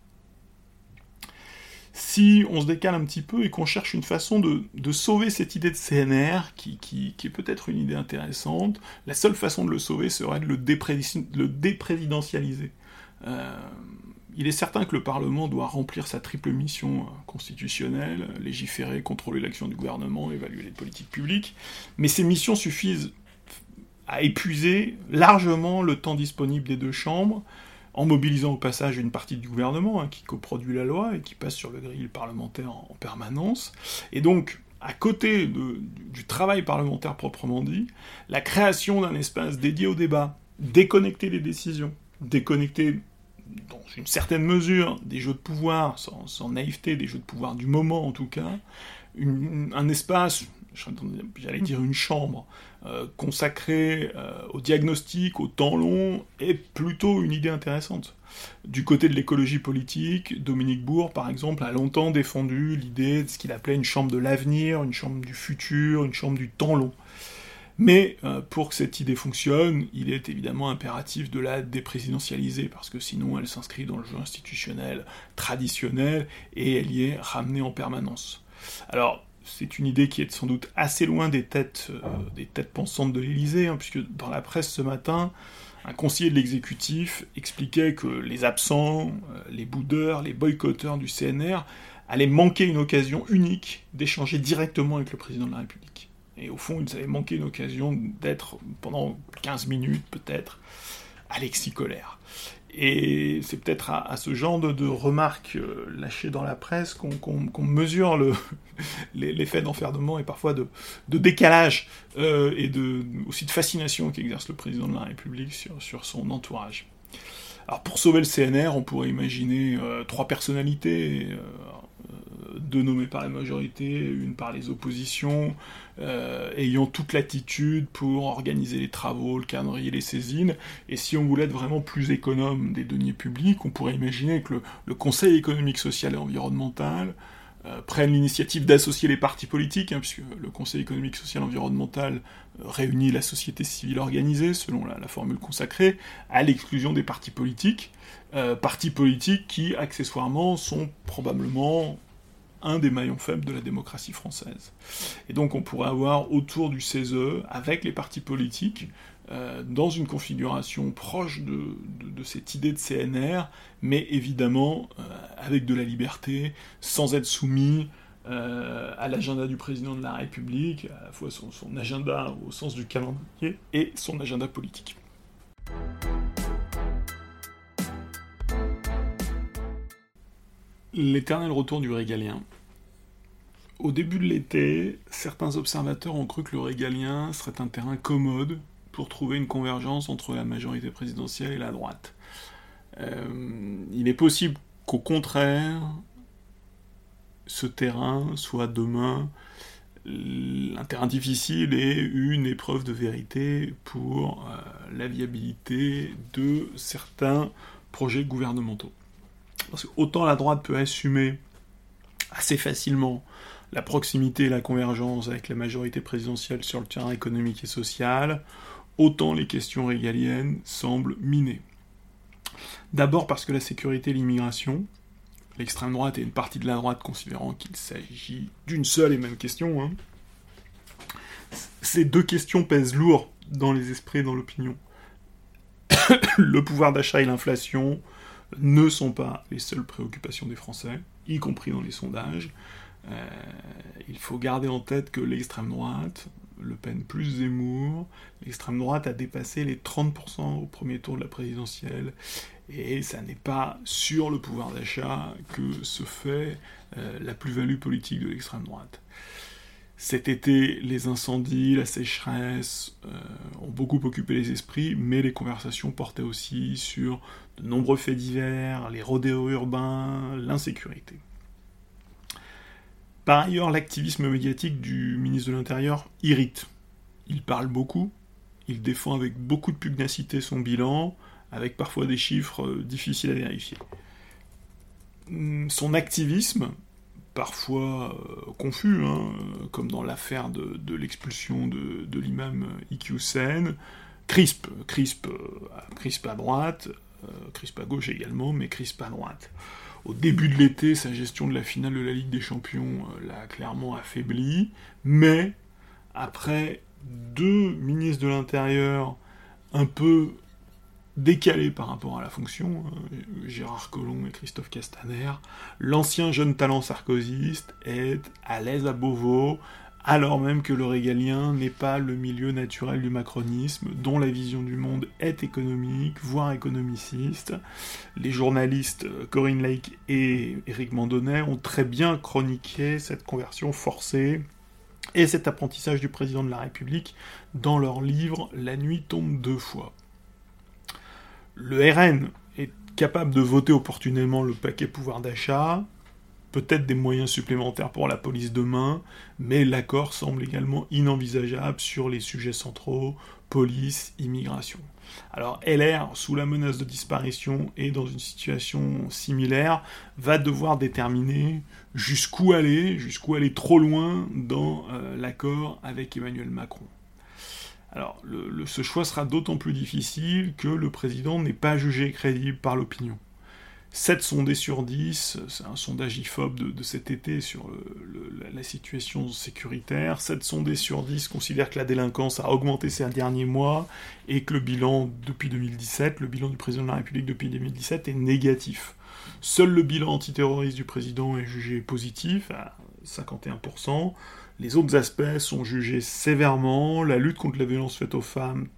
Si on se décale un petit peu et qu'on cherche une façon de sauver cette idée de CNR, qui est peut-être une idée intéressante, la seule façon de le sauver serait de le déprésidentialiser. Il est certain que le Parlement doit remplir sa triple mission constitutionnelle, légiférer, contrôler l'action du gouvernement, évaluer les politiques publiques, mais ces missions suffisent à épuiser largement le temps disponible des deux chambres, en mobilisant au passage une partie du gouvernement qui coproduit la loi et qui passe sur le grill parlementaire en permanence. Et donc, à côté du travail parlementaire proprement dit, la création d'un espace dédié au débat, déconnecter les décisions, déconnecter dans une certaine mesure des jeux de pouvoir, sans naïveté, des jeux de pouvoir du moment en tout cas, un espace, j'allais dire une chambre, consacrée au diagnostic, au temps long, est plutôt une idée intéressante. Du côté de l'écologie politique, Dominique Bourg, par exemple, a longtemps défendu l'idée de ce qu'il appelait une chambre de l'avenir, une chambre du futur, une chambre du temps long. Mais pour que cette idée fonctionne, il est évidemment impératif de la déprésidentialiser, parce que sinon elle s'inscrit dans le jeu institutionnel traditionnel, et elle y est ramenée en permanence. Alors, c'est une idée qui est sans doute assez loin des têtes pensantes de l'Élysée, puisque dans la presse ce matin, un conseiller de l'exécutif expliquait que les absents, les boudeurs, les boycotteurs du CNR allaient manquer une occasion unique d'échanger directement avec le président de la République. Et au fond, ils avaient manqué une occasion d'être, pendant 15 minutes peut-être, Alexis Colère. Et c'est peut-être à ce genre de remarques lâchées dans la presse qu'on mesure l'effet d'enfermement et parfois de décalage et aussi de fascination qu'exerce le président de la République sur son entourage. Alors pour sauver le CNR, on pourrait imaginer trois personnalités deux nommées par la majorité, une par les oppositions, ayant toute l'attitude pour organiser les travaux, le calendrier, les saisines. Et si on voulait être vraiment plus économe des deniers publics, on pourrait imaginer que le Conseil économique, social et environnemental prenne l'initiative d'associer les partis politiques, puisque le Conseil économique, social et environnemental réunit la société civile organisée, selon la formule consacrée, à l'exclusion des partis politiques qui, accessoirement, sont probablement un des maillons faibles de la démocratie française. Et donc on pourrait avoir autour du CESE, avec les partis politiques, dans une configuration proche de cette idée de CNR, mais évidemment avec de la liberté, sans être soumis à l'agenda du président de la République, à la fois son agenda au sens du calendrier et son agenda politique. L'éternel retour du régalien. Au début de l'été, certains observateurs ont cru que le régalien serait un terrain commode pour trouver une convergence entre la majorité présidentielle et la droite. Il est possible qu'au contraire, ce terrain soit demain un terrain difficile et une épreuve de vérité pour la viabilité de certains projets gouvernementaux. Parce que autant la droite peut assumer assez facilement la proximité et la convergence avec la majorité présidentielle sur le terrain économique et social, autant les questions régaliennes semblent minées. D'abord parce que la sécurité et l'immigration, l'extrême droite et une partie de la droite considérant qu'il s'agit d'une seule et même question, ces deux questions pèsent lourd dans les esprits et dans l'opinion. Le pouvoir d'achat et l'inflation ne sont pas les seules préoccupations des Français, y compris dans les sondages. Il faut garder en tête que l'extrême droite, Le Pen plus Zemmour, l'extrême droite a dépassé les 30% au premier tour de la présidentielle, et ça n'est pas sur le pouvoir d'achat que se fait la plus-value politique de l'extrême droite. Cet été, les incendies, la sécheresse ont beaucoup occupé les esprits, mais les conversations portaient aussi sur de nombreux faits divers, les rodéos urbains, l'insécurité. Par ailleurs, l'activisme médiatique du ministre de l'Intérieur irrite. Il parle beaucoup, il défend avec beaucoup de pugnacité son bilan, avec parfois des chiffres difficiles à vérifier. Son activisme, parfois confus, comme dans l'affaire de l'expulsion de l'imam Iqiyoussen, crispe à droite, crispe à gauche également, mais crispe à droite. Au début de l'été, sa gestion de la finale de la Ligue des Champions l'a clairement affaibli, mais après deux ministres de l'Intérieur un peu décalés par rapport à la fonction, Gérard Collomb et Christophe Castaner, l'ancien jeune talent sarkozyste est à l'aise à Beauvau, alors même que le régalien n'est pas le milieu naturel du macronisme, dont la vision du monde est économique, voire économiciste. Les journalistes Corinne Lake et Éric Mandonnet ont très bien chroniqué cette conversion forcée et cet apprentissage du président de la République dans leur livre « La nuit tombe deux fois ». Le RN est capable de voter opportunément le paquet pouvoir d'achat, peut-être des moyens supplémentaires pour la police demain, mais l'accord semble également inenvisageable sur les sujets centraux, police, immigration. Alors LR, sous la menace de disparition et dans une situation similaire, va devoir déterminer jusqu'où aller trop loin dans l'accord avec Emmanuel Macron. Alors, ce choix sera d'autant plus difficile que le président n'est pas jugé crédible par l'opinion. 7 sondés sur 10, c'est un sondage IFOP de cet été sur la situation sécuritaire, 7 sondés sur 10 considèrent que la délinquance a augmenté ces derniers mois et que le bilan depuis 2017, le bilan du président de la République depuis 2017 est négatif. Seul le bilan antiterroriste du président est jugé positif, à 51%. Les autres aspects sont jugés sévèrement, la lutte contre la violence faite aux femmes,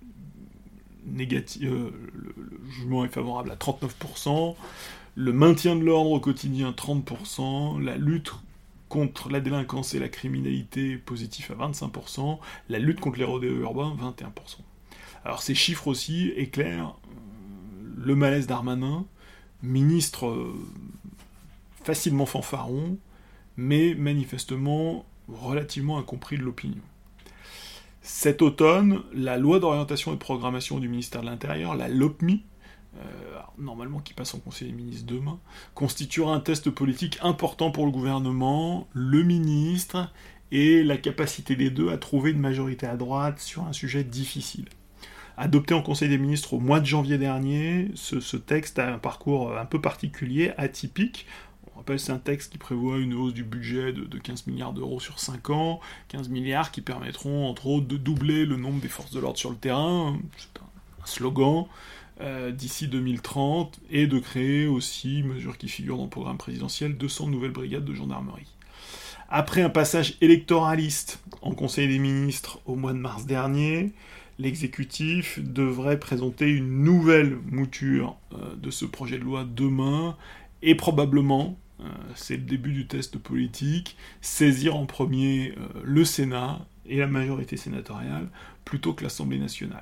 le jugement est favorable à 39%, le maintien de l'ordre au quotidien 30%, la lutte contre la délinquance et la criminalité positif à 25%, la lutte contre les rodéos urbains 21%. Alors ces chiffres aussi éclairent le malaise Darmanin, ministre facilement fanfaron, mais manifestement relativement incompris de l'opinion. Cet automne, la loi d'orientation et de programmation du ministère de l'Intérieur, la LOPMI, normalement qui passe en Conseil des ministres demain, constituera un test politique important pour le gouvernement, le ministre, et la capacité des deux à trouver une majorité à droite sur un sujet difficile. Adopté en Conseil des ministres au mois de janvier dernier, ce texte a un parcours un peu particulier, atypique. On rappelle, c'est un texte qui prévoit une hausse du budget de 15 milliards d'euros sur 5 ans, 15 milliards qui permettront entre autres de doubler le nombre des forces de l'ordre sur le terrain, c'est un slogan, d'ici 2030, et de créer aussi, mesure qui figure dans le programme présidentiel, 200 nouvelles brigades de gendarmerie. Après un passage électoraliste en Conseil des ministres au mois de mars dernier, l'exécutif devrait présenter une nouvelle mouture de ce projet de loi demain, et probablement, c'est le début du test politique, saisir en premier le Sénat et la majorité sénatoriale, plutôt que l'Assemblée nationale.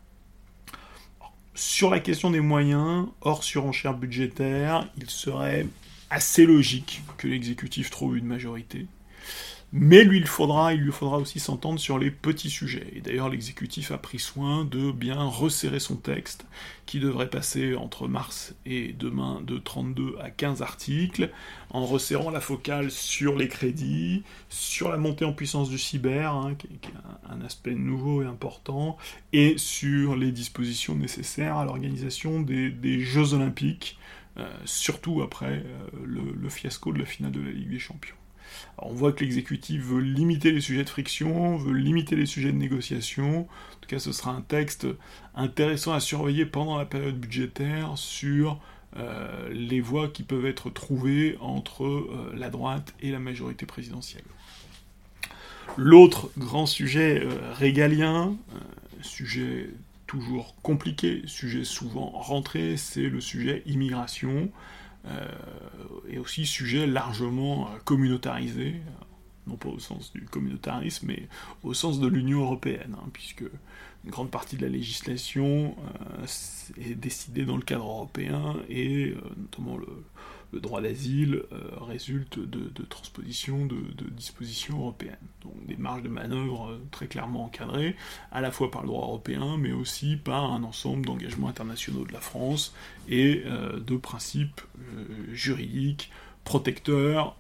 Sur la question des moyens, hors surenchère budgétaire, il serait assez logique que l'exécutif trouve une majorité. Mais il lui faudra aussi s'entendre sur les petits sujets. Et d'ailleurs, l'exécutif a pris soin de bien resserrer son texte, qui devrait passer entre mars et demain de 32 à 15 articles, en resserrant la focale sur les crédits, sur la montée en puissance du cyber, qui est un aspect nouveau et important, et sur les dispositions nécessaires à l'organisation des Jeux Olympiques, surtout après le fiasco de la finale de la Ligue des Champions. Alors on voit que l'exécutif veut limiter les sujets de friction, veut limiter les sujets de négociation. En tout cas, ce sera un texte intéressant à surveiller pendant la période budgétaire sur les voies qui peuvent être trouvées entre la droite et la majorité présidentielle. L'autre grand sujet régalien, sujet toujours compliqué, sujet souvent rentré, c'est le sujet immigration. Et aussi sujet largement communautarisé, non pas au sens du communautarisme, mais au sens de l'Union européenne, puisque une grande partie de la législation est décidée dans le cadre européen, et notamment le droit d'asile résulte de transposition de dispositions européennes. Donc des marges de manœuvre très clairement encadrées, à la fois par le droit européen, mais aussi par un ensemble d'engagements internationaux de la France et de principes juridiques protecteurs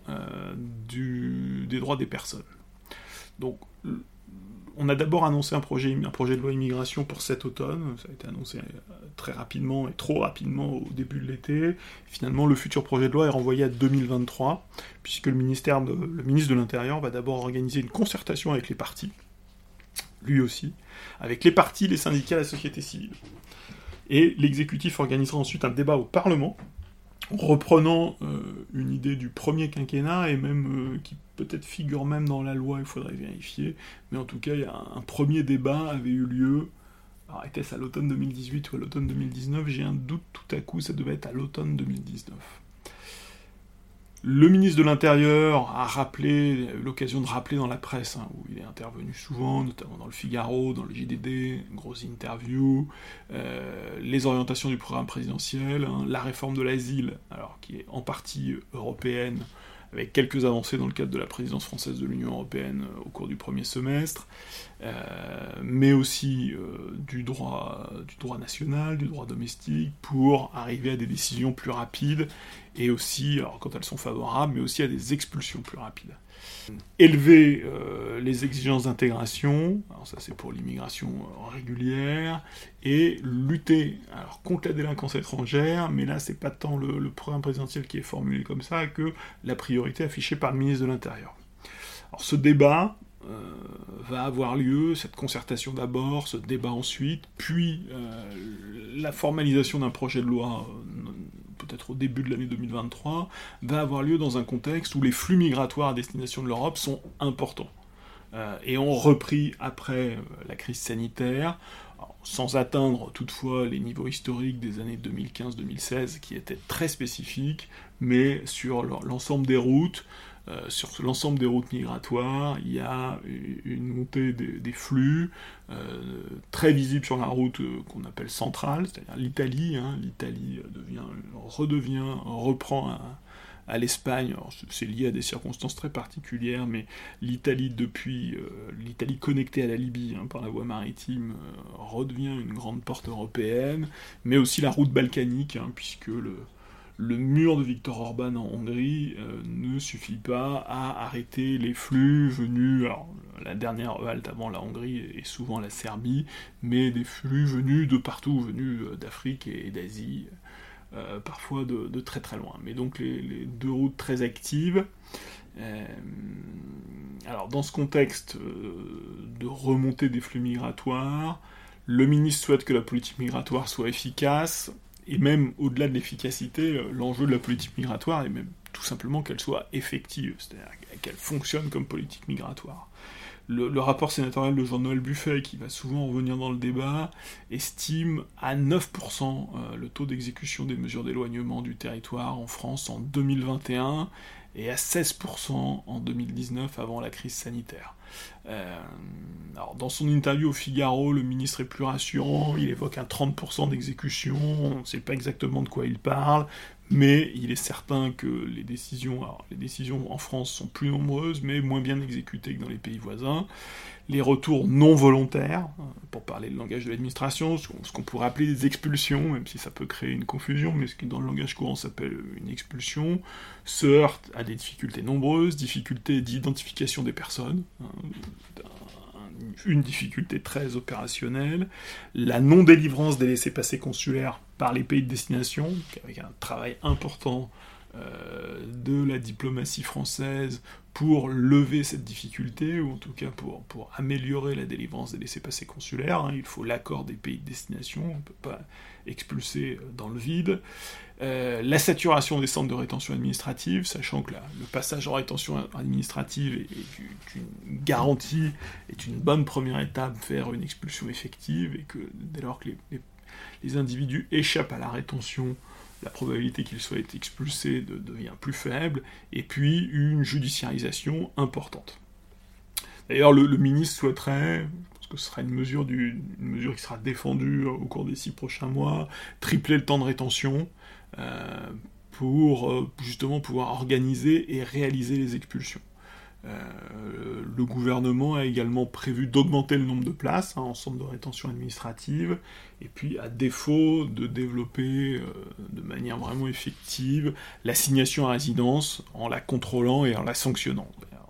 des droits des personnes. Donc on a d'abord annoncé un projet de loi immigration pour cet automne, ça a été annoncé très rapidement et trop rapidement au début de l'été. Finalement, le futur projet de loi est renvoyé à 2023, puisque le ministre de l'Intérieur va d'abord organiser une concertation avec les partis, lui aussi, avec les partis, les syndicats, la société civile. Et l'exécutif organisera ensuite un débat au Parlement, reprenant une idée du premier quinquennat, et même qui peut-être figure même dans la loi, il faudrait vérifier, mais en tout cas, un premier débat avait eu lieu. Alors, était-ce à l'automne 2018 ou à l'automne 2019 ? J'ai un doute tout à coup, ça devait être à l'automne 2019. Le ministre de l'Intérieur a eu l'occasion de rappeler dans la presse, où il est intervenu souvent, notamment dans le Figaro, dans le JDD, une grosse interview, les orientations du programme présidentiel, la réforme de l'asile, alors qui est en partie européenne, avec quelques avancées dans le cadre de la présidence française de l'Union européenne au cours du premier semestre, mais aussi du droit national, du droit domestique, pour arriver à des décisions plus rapides, et aussi, alors quand elles sont favorables, mais aussi à des expulsions plus rapides. Élever les exigences d'intégration, alors ça c'est pour l'immigration régulière, et lutter contre la délinquance étrangère, mais là c'est pas tant le programme présidentiel qui est formulé comme ça que la priorité affichée par le ministre de l'Intérieur. Alors ce débat va avoir lieu, cette concertation d'abord, ce débat ensuite, puis la formalisation d'un projet de loi peut-être au début de l'année 2023, va avoir lieu dans un contexte où les flux migratoires à destination de l'Europe sont importants, et ont repris après la crise sanitaire, sans atteindre toutefois les niveaux historiques des années 2015-2016, qui étaient très spécifiques, mais sur l'ensemble des routes, migratoires, il y a une montée des flux très visible sur la route qu'on appelle centrale, c'est-à-dire l'Italie. L'Italie reprend à l'Espagne. Alors, c'est lié à des circonstances très particulières, mais l'Italie, depuis l'Italie connectée à la Libye par la voie maritime, redevient une grande porte européenne, mais aussi la route balkanique, puisque le mur de Viktor Orban en Hongrie ne suffit pas à arrêter les flux venus, alors la dernière halte avant la Hongrie est souvent la Serbie, mais des flux venus de partout, venus d'Afrique et d'Asie, parfois de très très loin. Mais donc les deux routes très actives. Alors dans ce contexte de remontée des flux migratoires, le ministre souhaite que la politique migratoire soit efficace, et même au-delà de l'efficacité, l'enjeu de la politique migratoire est même tout simplement qu'elle soit effective, c'est-à-dire qu'elle fonctionne comme politique migratoire. Le rapport sénatorial de Jean-Noël Buffet, qui va souvent revenir dans le débat, estime à 9% le taux d'exécution des mesures d'éloignement du territoire en France en 2021, et à 16% en 2019 avant la crise sanitaire. Alors dans son interview au Figaro, le ministre est plus rassurant, il évoque un 30% d'exécution, on ne sait pas exactement de quoi il parle, mais il est certain que les décisions en France sont plus nombreuses, mais moins bien exécutées que dans les pays voisins. Les retours non volontaires, pour parler le langage de l'administration, ce qu'on pourrait appeler des expulsions, même si ça peut créer une confusion, mais ce qui dans le langage courant s'appelle une expulsion, se heurtent à des difficultés nombreuses, difficultés d'identification des personnes, une difficulté très opérationnelle, la non-délivrance des laissez-passer consulaires par les pays de destination, avec un travail important de la diplomatie française pour lever cette difficulté, ou en tout cas pour améliorer la délivrance des laissez-passer consulaires. Il faut l'accord des pays de destination, on ne peut pas expulser dans le vide. La saturation des centres de rétention administrative, sachant que le passage en rétention administrative est une garantie, est une bonne première étape vers une expulsion effective, et que dès lors que les individus échappent à la rétention, la probabilité qu'ils soient expulsés devient plus faible, et puis une judiciarisation importante. D'ailleurs, le ministre souhaiterait, parce que ce sera une mesure qui sera défendue au cours des 6 prochains mois, tripler le temps de rétention, pour justement pouvoir organiser et réaliser les expulsions. Le gouvernement a également prévu d'augmenter le nombre de places en centre de rétention administrative, et puis à défaut de développer de manière vraiment effective l'assignation à résidence en la contrôlant et en la sanctionnant,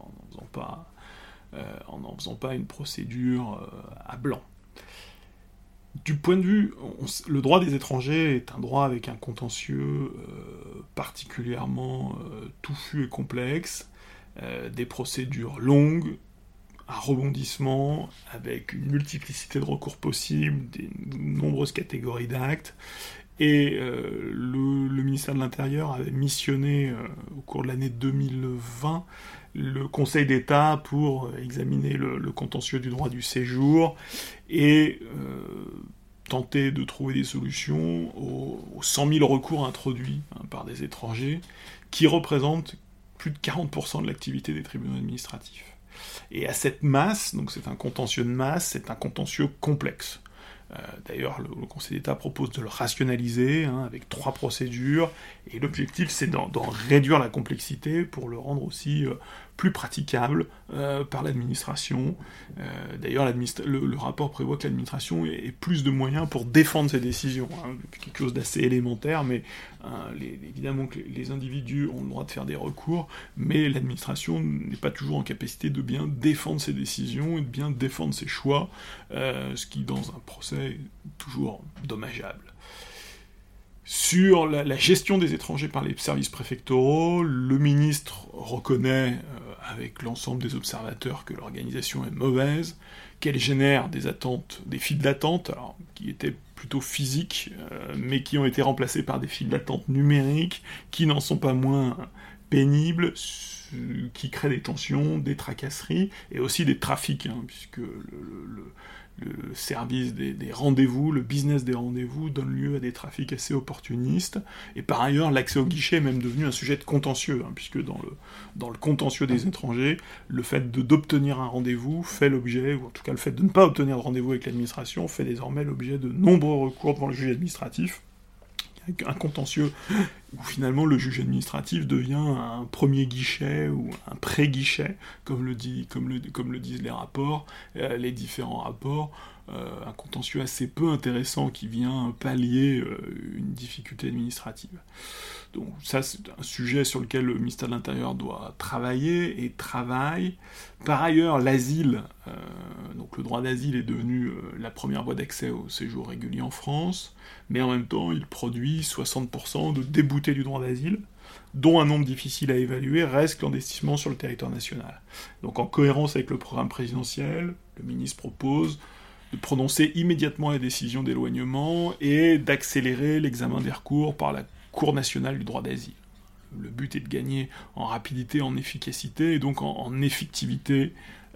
en n'en faisant pas une procédure à blanc. Du point de vue, le droit des étrangers est un droit avec un contentieux particulièrement touffu et complexe, des procédures longues, un rebondissement, avec une multiplicité de recours possibles, des nombreuses catégories d'actes, et le ministère de l'Intérieur avait missionné au cours de l'année 2020 le Conseil d'État pour examiner le contentieux du droit du séjour et tenter de trouver des solutions aux 100 000 recours introduits par des étrangers, qui représentent plus de 40% de l'activité des tribunaux administratifs. Et à cette masse, donc c'est un contentieux de masse, c'est un contentieux complexe. D'ailleurs, le Conseil d'État propose de le rationaliser avec 3 procédures, et l'objectif c'est d'en réduire la complexité pour le rendre aussi plus praticable par l'administration. D'ailleurs, le rapport prévoit que l'administration ait plus de moyens pour défendre ses décisions, quelque chose d'assez élémentaire, mais évidemment que les individus ont le droit de faire des recours, mais l'administration n'est pas toujours en capacité de bien défendre ses décisions et de bien défendre ses choix, ce qui, dans un procès, est toujours dommageable. Sur la gestion des étrangers par les services préfectoraux, le ministre reconnaît, avec l'ensemble des observateurs, que l'organisation est mauvaise, qu'elle génère des files d'attente, alors, qui étaient plutôt physiques, mais qui ont été remplacées par des files d'attente numériques, qui n'en sont pas moins pénibles, qui créent des tensions, des tracasseries, et aussi des trafics, puisque le service des rendez-vous, le business des rendez-vous donne lieu à des trafics assez opportunistes, et par ailleurs l'accès au guichet est même devenu un sujet de contentieux, puisque dans le contentieux des étrangers, le fait d'obtenir un rendez-vous fait l'objet, ou en tout cas le fait de ne pas obtenir de rendez-vous avec l'administration, fait désormais l'objet de nombreux recours devant le juge administratif. un contentieux où finalement le juge administratif devient un premier guichet ou un pré-guichet, comme le disent les rapports, les différents rapports, un contentieux assez peu intéressant qui vient pallier une difficulté administrative. Donc ça, c'est un sujet sur lequel le ministère de l'Intérieur doit travailler et travaille. Par ailleurs, l'asile, donc le droit d'asile est devenu la première voie d'accès au séjour régulier en France, mais en même temps, il produit 60% de déboutés du droit d'asile, dont un nombre difficile à évaluer reste clandestinement sur le territoire national. Donc en cohérence avec le programme présidentiel, le ministre propose de prononcer immédiatement la décision d'éloignement et d'accélérer l'examen des recours par la Cour nationale du droit d'asile. Le but est de gagner en rapidité, en efficacité, et donc en effectivité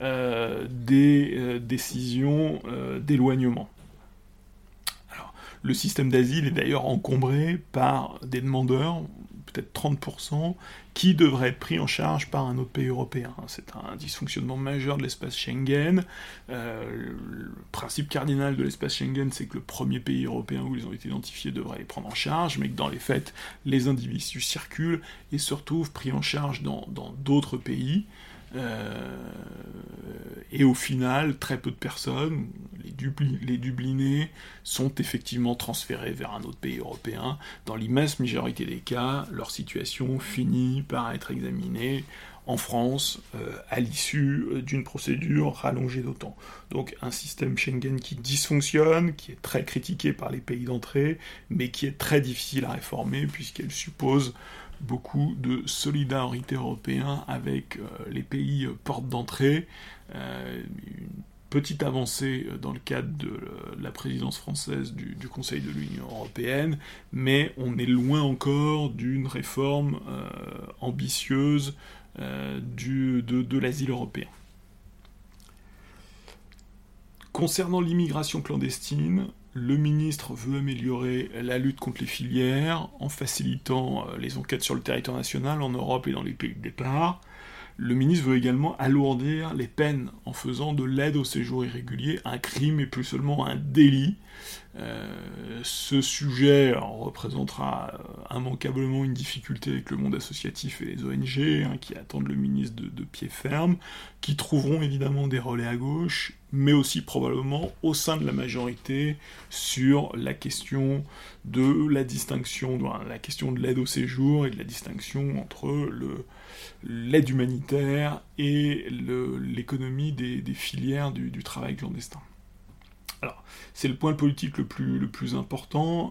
des décisions d'éloignement. Alors, le système d'asile est d'ailleurs encombré par des demandeurs, peut-être 30%, qui devraient être pris en charge par un autre pays européen. C'est un dysfonctionnement majeur de l'espace Schengen. Le principe cardinal de l'espace Schengen, c'est que le premier pays européen où ils ont été identifiés devrait les prendre en charge, mais que dans les faits, les individus circulent et se retrouvent pris en charge dans d'autres pays. Et au final, très peu de personnes, les Dublinés, sont effectivement transférés vers un autre pays européen. Dans l'immense majorité des cas, leur situation finit par être examinée en France à l'issue d'une procédure rallongée d'autant. Donc un système Schengen qui dysfonctionne, qui est très critiqué par les pays d'entrée, mais qui est très difficile à réformer puisqu'elle suppose beaucoup de solidarité européenne avec les pays portes d'entrée. Une petite avancée dans le cadre de la présidence française du Conseil de l'Union européenne, mais on est loin encore d'une réforme ambitieuse de l'asile européen. Concernant l'immigration clandestine, le ministre veut améliorer la lutte contre les filières en facilitant les enquêtes sur le territoire national, en Europe et dans les pays de départ. Le ministre veut également alourdir les peines en faisant de l'aide au séjour irrégulier un crime et plus seulement un délit. Ce sujet représentera immanquablement une difficulté avec le monde associatif et les ONG, qui attendent le ministre de pied ferme, qui trouveront évidemment des relais à gauche, mais aussi probablement au sein de la majorité sur la question de la distinction, la question de l'aide au séjour et de la distinction entre l'aide humanitaire et l'économie des filières du travail clandestin. Alors, c'est le point politique le plus important.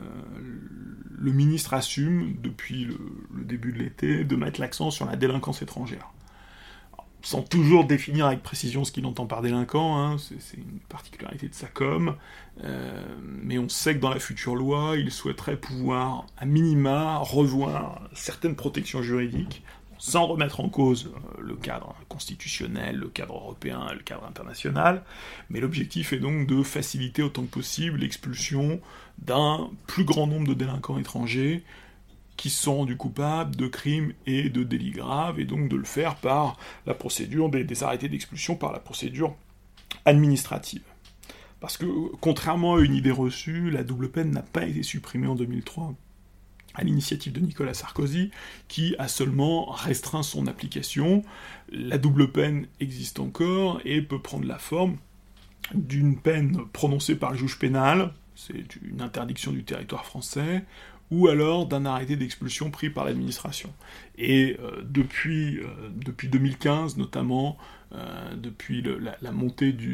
Le ministre assume, depuis le début de l'été, de mettre l'accent sur la délinquance étrangère. Alors, sans toujours définir avec précision ce qu'il entend par délinquant, c'est une particularité de sa com, mais on sait que dans la future loi, il souhaiterait pouvoir, à minima, revoir certaines protections juridiques, sans remettre en cause le cadre constitutionnel, le cadre européen, le cadre international, mais l'objectif est donc de faciliter autant que possible l'expulsion d'un plus grand nombre de délinquants étrangers qui se sont rendus coupables de crimes et de délits graves, et donc de le faire par la procédure des arrêtés d'expulsion, par la procédure administrative. Parce que, contrairement à une idée reçue, la double peine n'a pas été supprimée en 2003, à l'initiative de Nicolas Sarkozy, qui a seulement restreint son application. La double peine existe encore et peut prendre la forme d'une peine prononcée par le juge pénal, c'est une interdiction du territoire français, ou alors d'un arrêté d'expulsion pris par l'administration. Et depuis 2015 notamment, depuis la montée du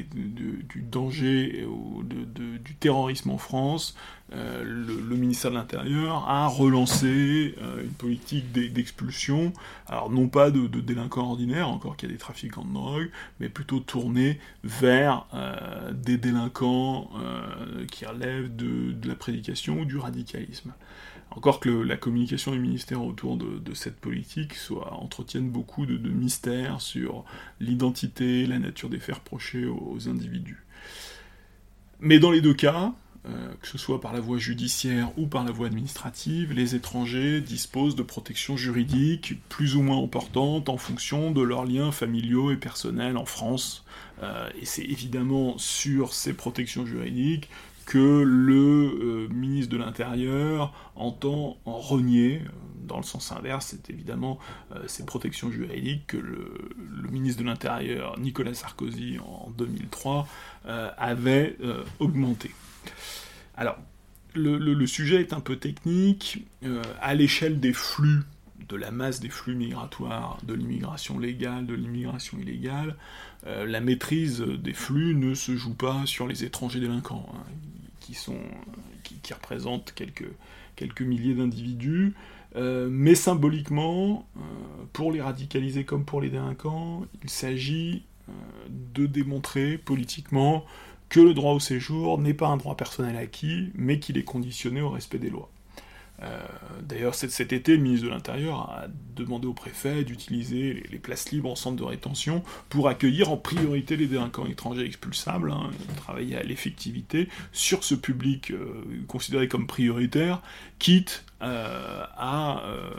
danger et du terrorisme en France, le ministère de l'Intérieur a relancé une politique d'expulsion, alors non pas de délinquants ordinaires, encore qu'il y a des trafiquants de drogue, mais plutôt tournée vers des délinquants qui relèvent de la prédication ou du radicalisme. Encore que la communication du ministère autour de cette politique entretienne beaucoup de mystères sur l'identité, la nature des faits reprochés aux individus. Mais dans les deux cas, que ce soit par la voie judiciaire ou par la voie administrative, les étrangers disposent de protections juridiques plus ou moins importantes en fonction de leurs liens familiaux et personnels en France. Et c'est évidemment sur ces protections juridiques que le ministre de l'Intérieur entend en renier. Dans le sens inverse, c'est évidemment ces protections juridiques que le ministre de l'Intérieur, Nicolas Sarkozy, en 2003, avait augmentées. Alors, le sujet est un peu technique. À l'échelle des flux, de la masse des flux migratoires, de l'immigration légale, de l'immigration illégale, la maîtrise des flux ne se joue pas sur les étrangers délinquants, qui représentent quelques milliers d'individus, mais symboliquement, pour les radicalisés comme pour les délinquants, il s'agit de démontrer politiquement que le droit au séjour n'est pas un droit personnel acquis, mais qu'il est conditionné au respect des lois. D'ailleurs, cet été, le ministre de l'Intérieur a demandé au préfet d'utiliser les places libres en centre de rétention pour accueillir en priorité les délinquants étrangers expulsables, travailler à l'effectivité sur ce public considéré comme prioritaire, quitte à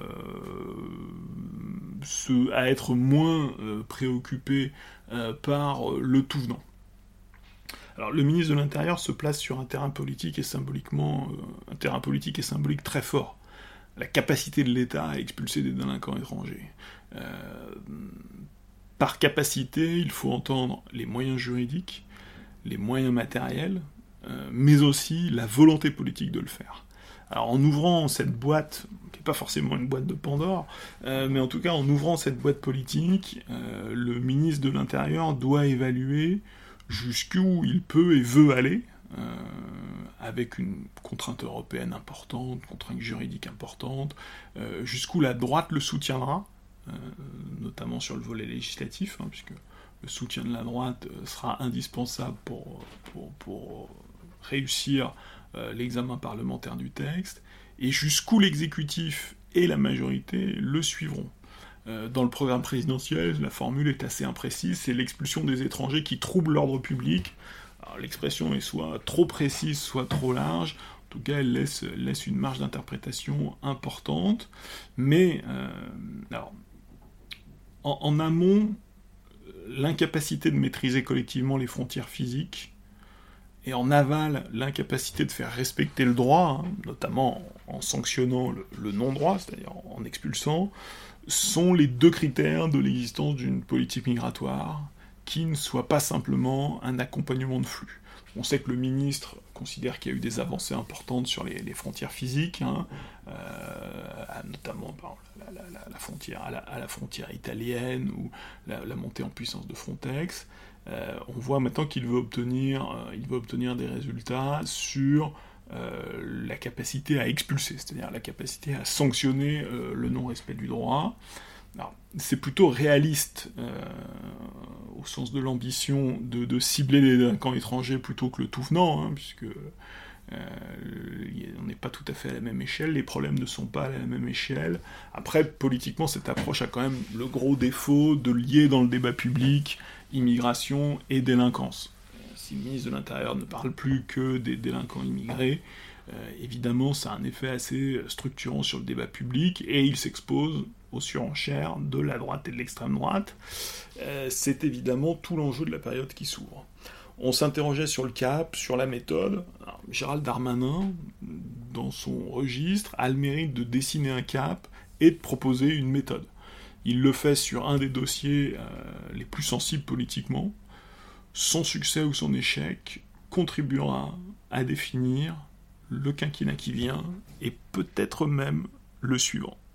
être moins préoccupé par le tout venant. Alors, le ministre de l'Intérieur se place sur un terrain politique et symbolique très fort. La capacité de l'État à expulser des délinquants étrangers. Par capacité, il faut entendre les moyens juridiques, les moyens matériels, mais aussi la volonté politique de le faire. Alors, en ouvrant cette boîte, qui n'est pas forcément une boîte de Pandore, mais en tout cas, en ouvrant cette boîte politique, le ministre de l'Intérieur doit évaluer jusqu'où il peut et veut aller, avec une contrainte européenne importante, une contrainte juridique importante, jusqu'où la droite le soutiendra, notamment sur le volet législatif, puisque le soutien de la droite sera indispensable pour réussir l'examen parlementaire du texte, et jusqu'où l'exécutif et la majorité le suivront. Dans le programme présidentiel, la formule est assez imprécise, c'est l'expulsion des étrangers qui troublent l'ordre public. Alors, l'expression est soit trop précise, soit trop large. En tout cas, elle laisse une marge d'interprétation importante. Mais, en amont, l'incapacité de maîtriser collectivement les frontières physiques, et en aval, l'incapacité de faire respecter le droit, notamment en sanctionnant le non-droit, c'est-à-dire en expulsant, sont les deux critères de l'existence d'une politique migratoire qui ne soit pas simplement un accompagnement de flux. On sait que le ministre considère qu'il y a eu des avancées importantes sur les frontières physiques, notamment à la frontière italienne ou la montée en puissance de Frontex. On voit maintenant qu'il veut obtenir des résultats sur la capacité à expulser, c'est-à-dire la capacité à sanctionner le non-respect du droit. Alors, c'est plutôt réaliste au sens de l'ambition de cibler les délinquants étrangers plutôt que le tout venant, puisque on n'est pas tout à fait à la même échelle, les problèmes ne sont pas à la même échelle. Après, politiquement, cette approche a quand même le gros défaut de lier dans le débat public immigration et délinquance. Si le ministre de l'Intérieur ne parle plus que des délinquants immigrés, évidemment, ça a un effet assez structurant sur le débat public, et il s'expose aux surenchères de la droite et de l'extrême droite. C'est évidemment tout l'enjeu de la période qui s'ouvre. On s'interrogeait sur le cap, sur la méthode. Alors, Gérald Darmanin, dans son registre, a le mérite de dessiner un cap et de proposer une méthode. Il le fait sur un des dossiers les plus sensibles politiquement. Son succès ou son échec contribuera à définir le quinquennat qui vient, et peut-être même le suivant.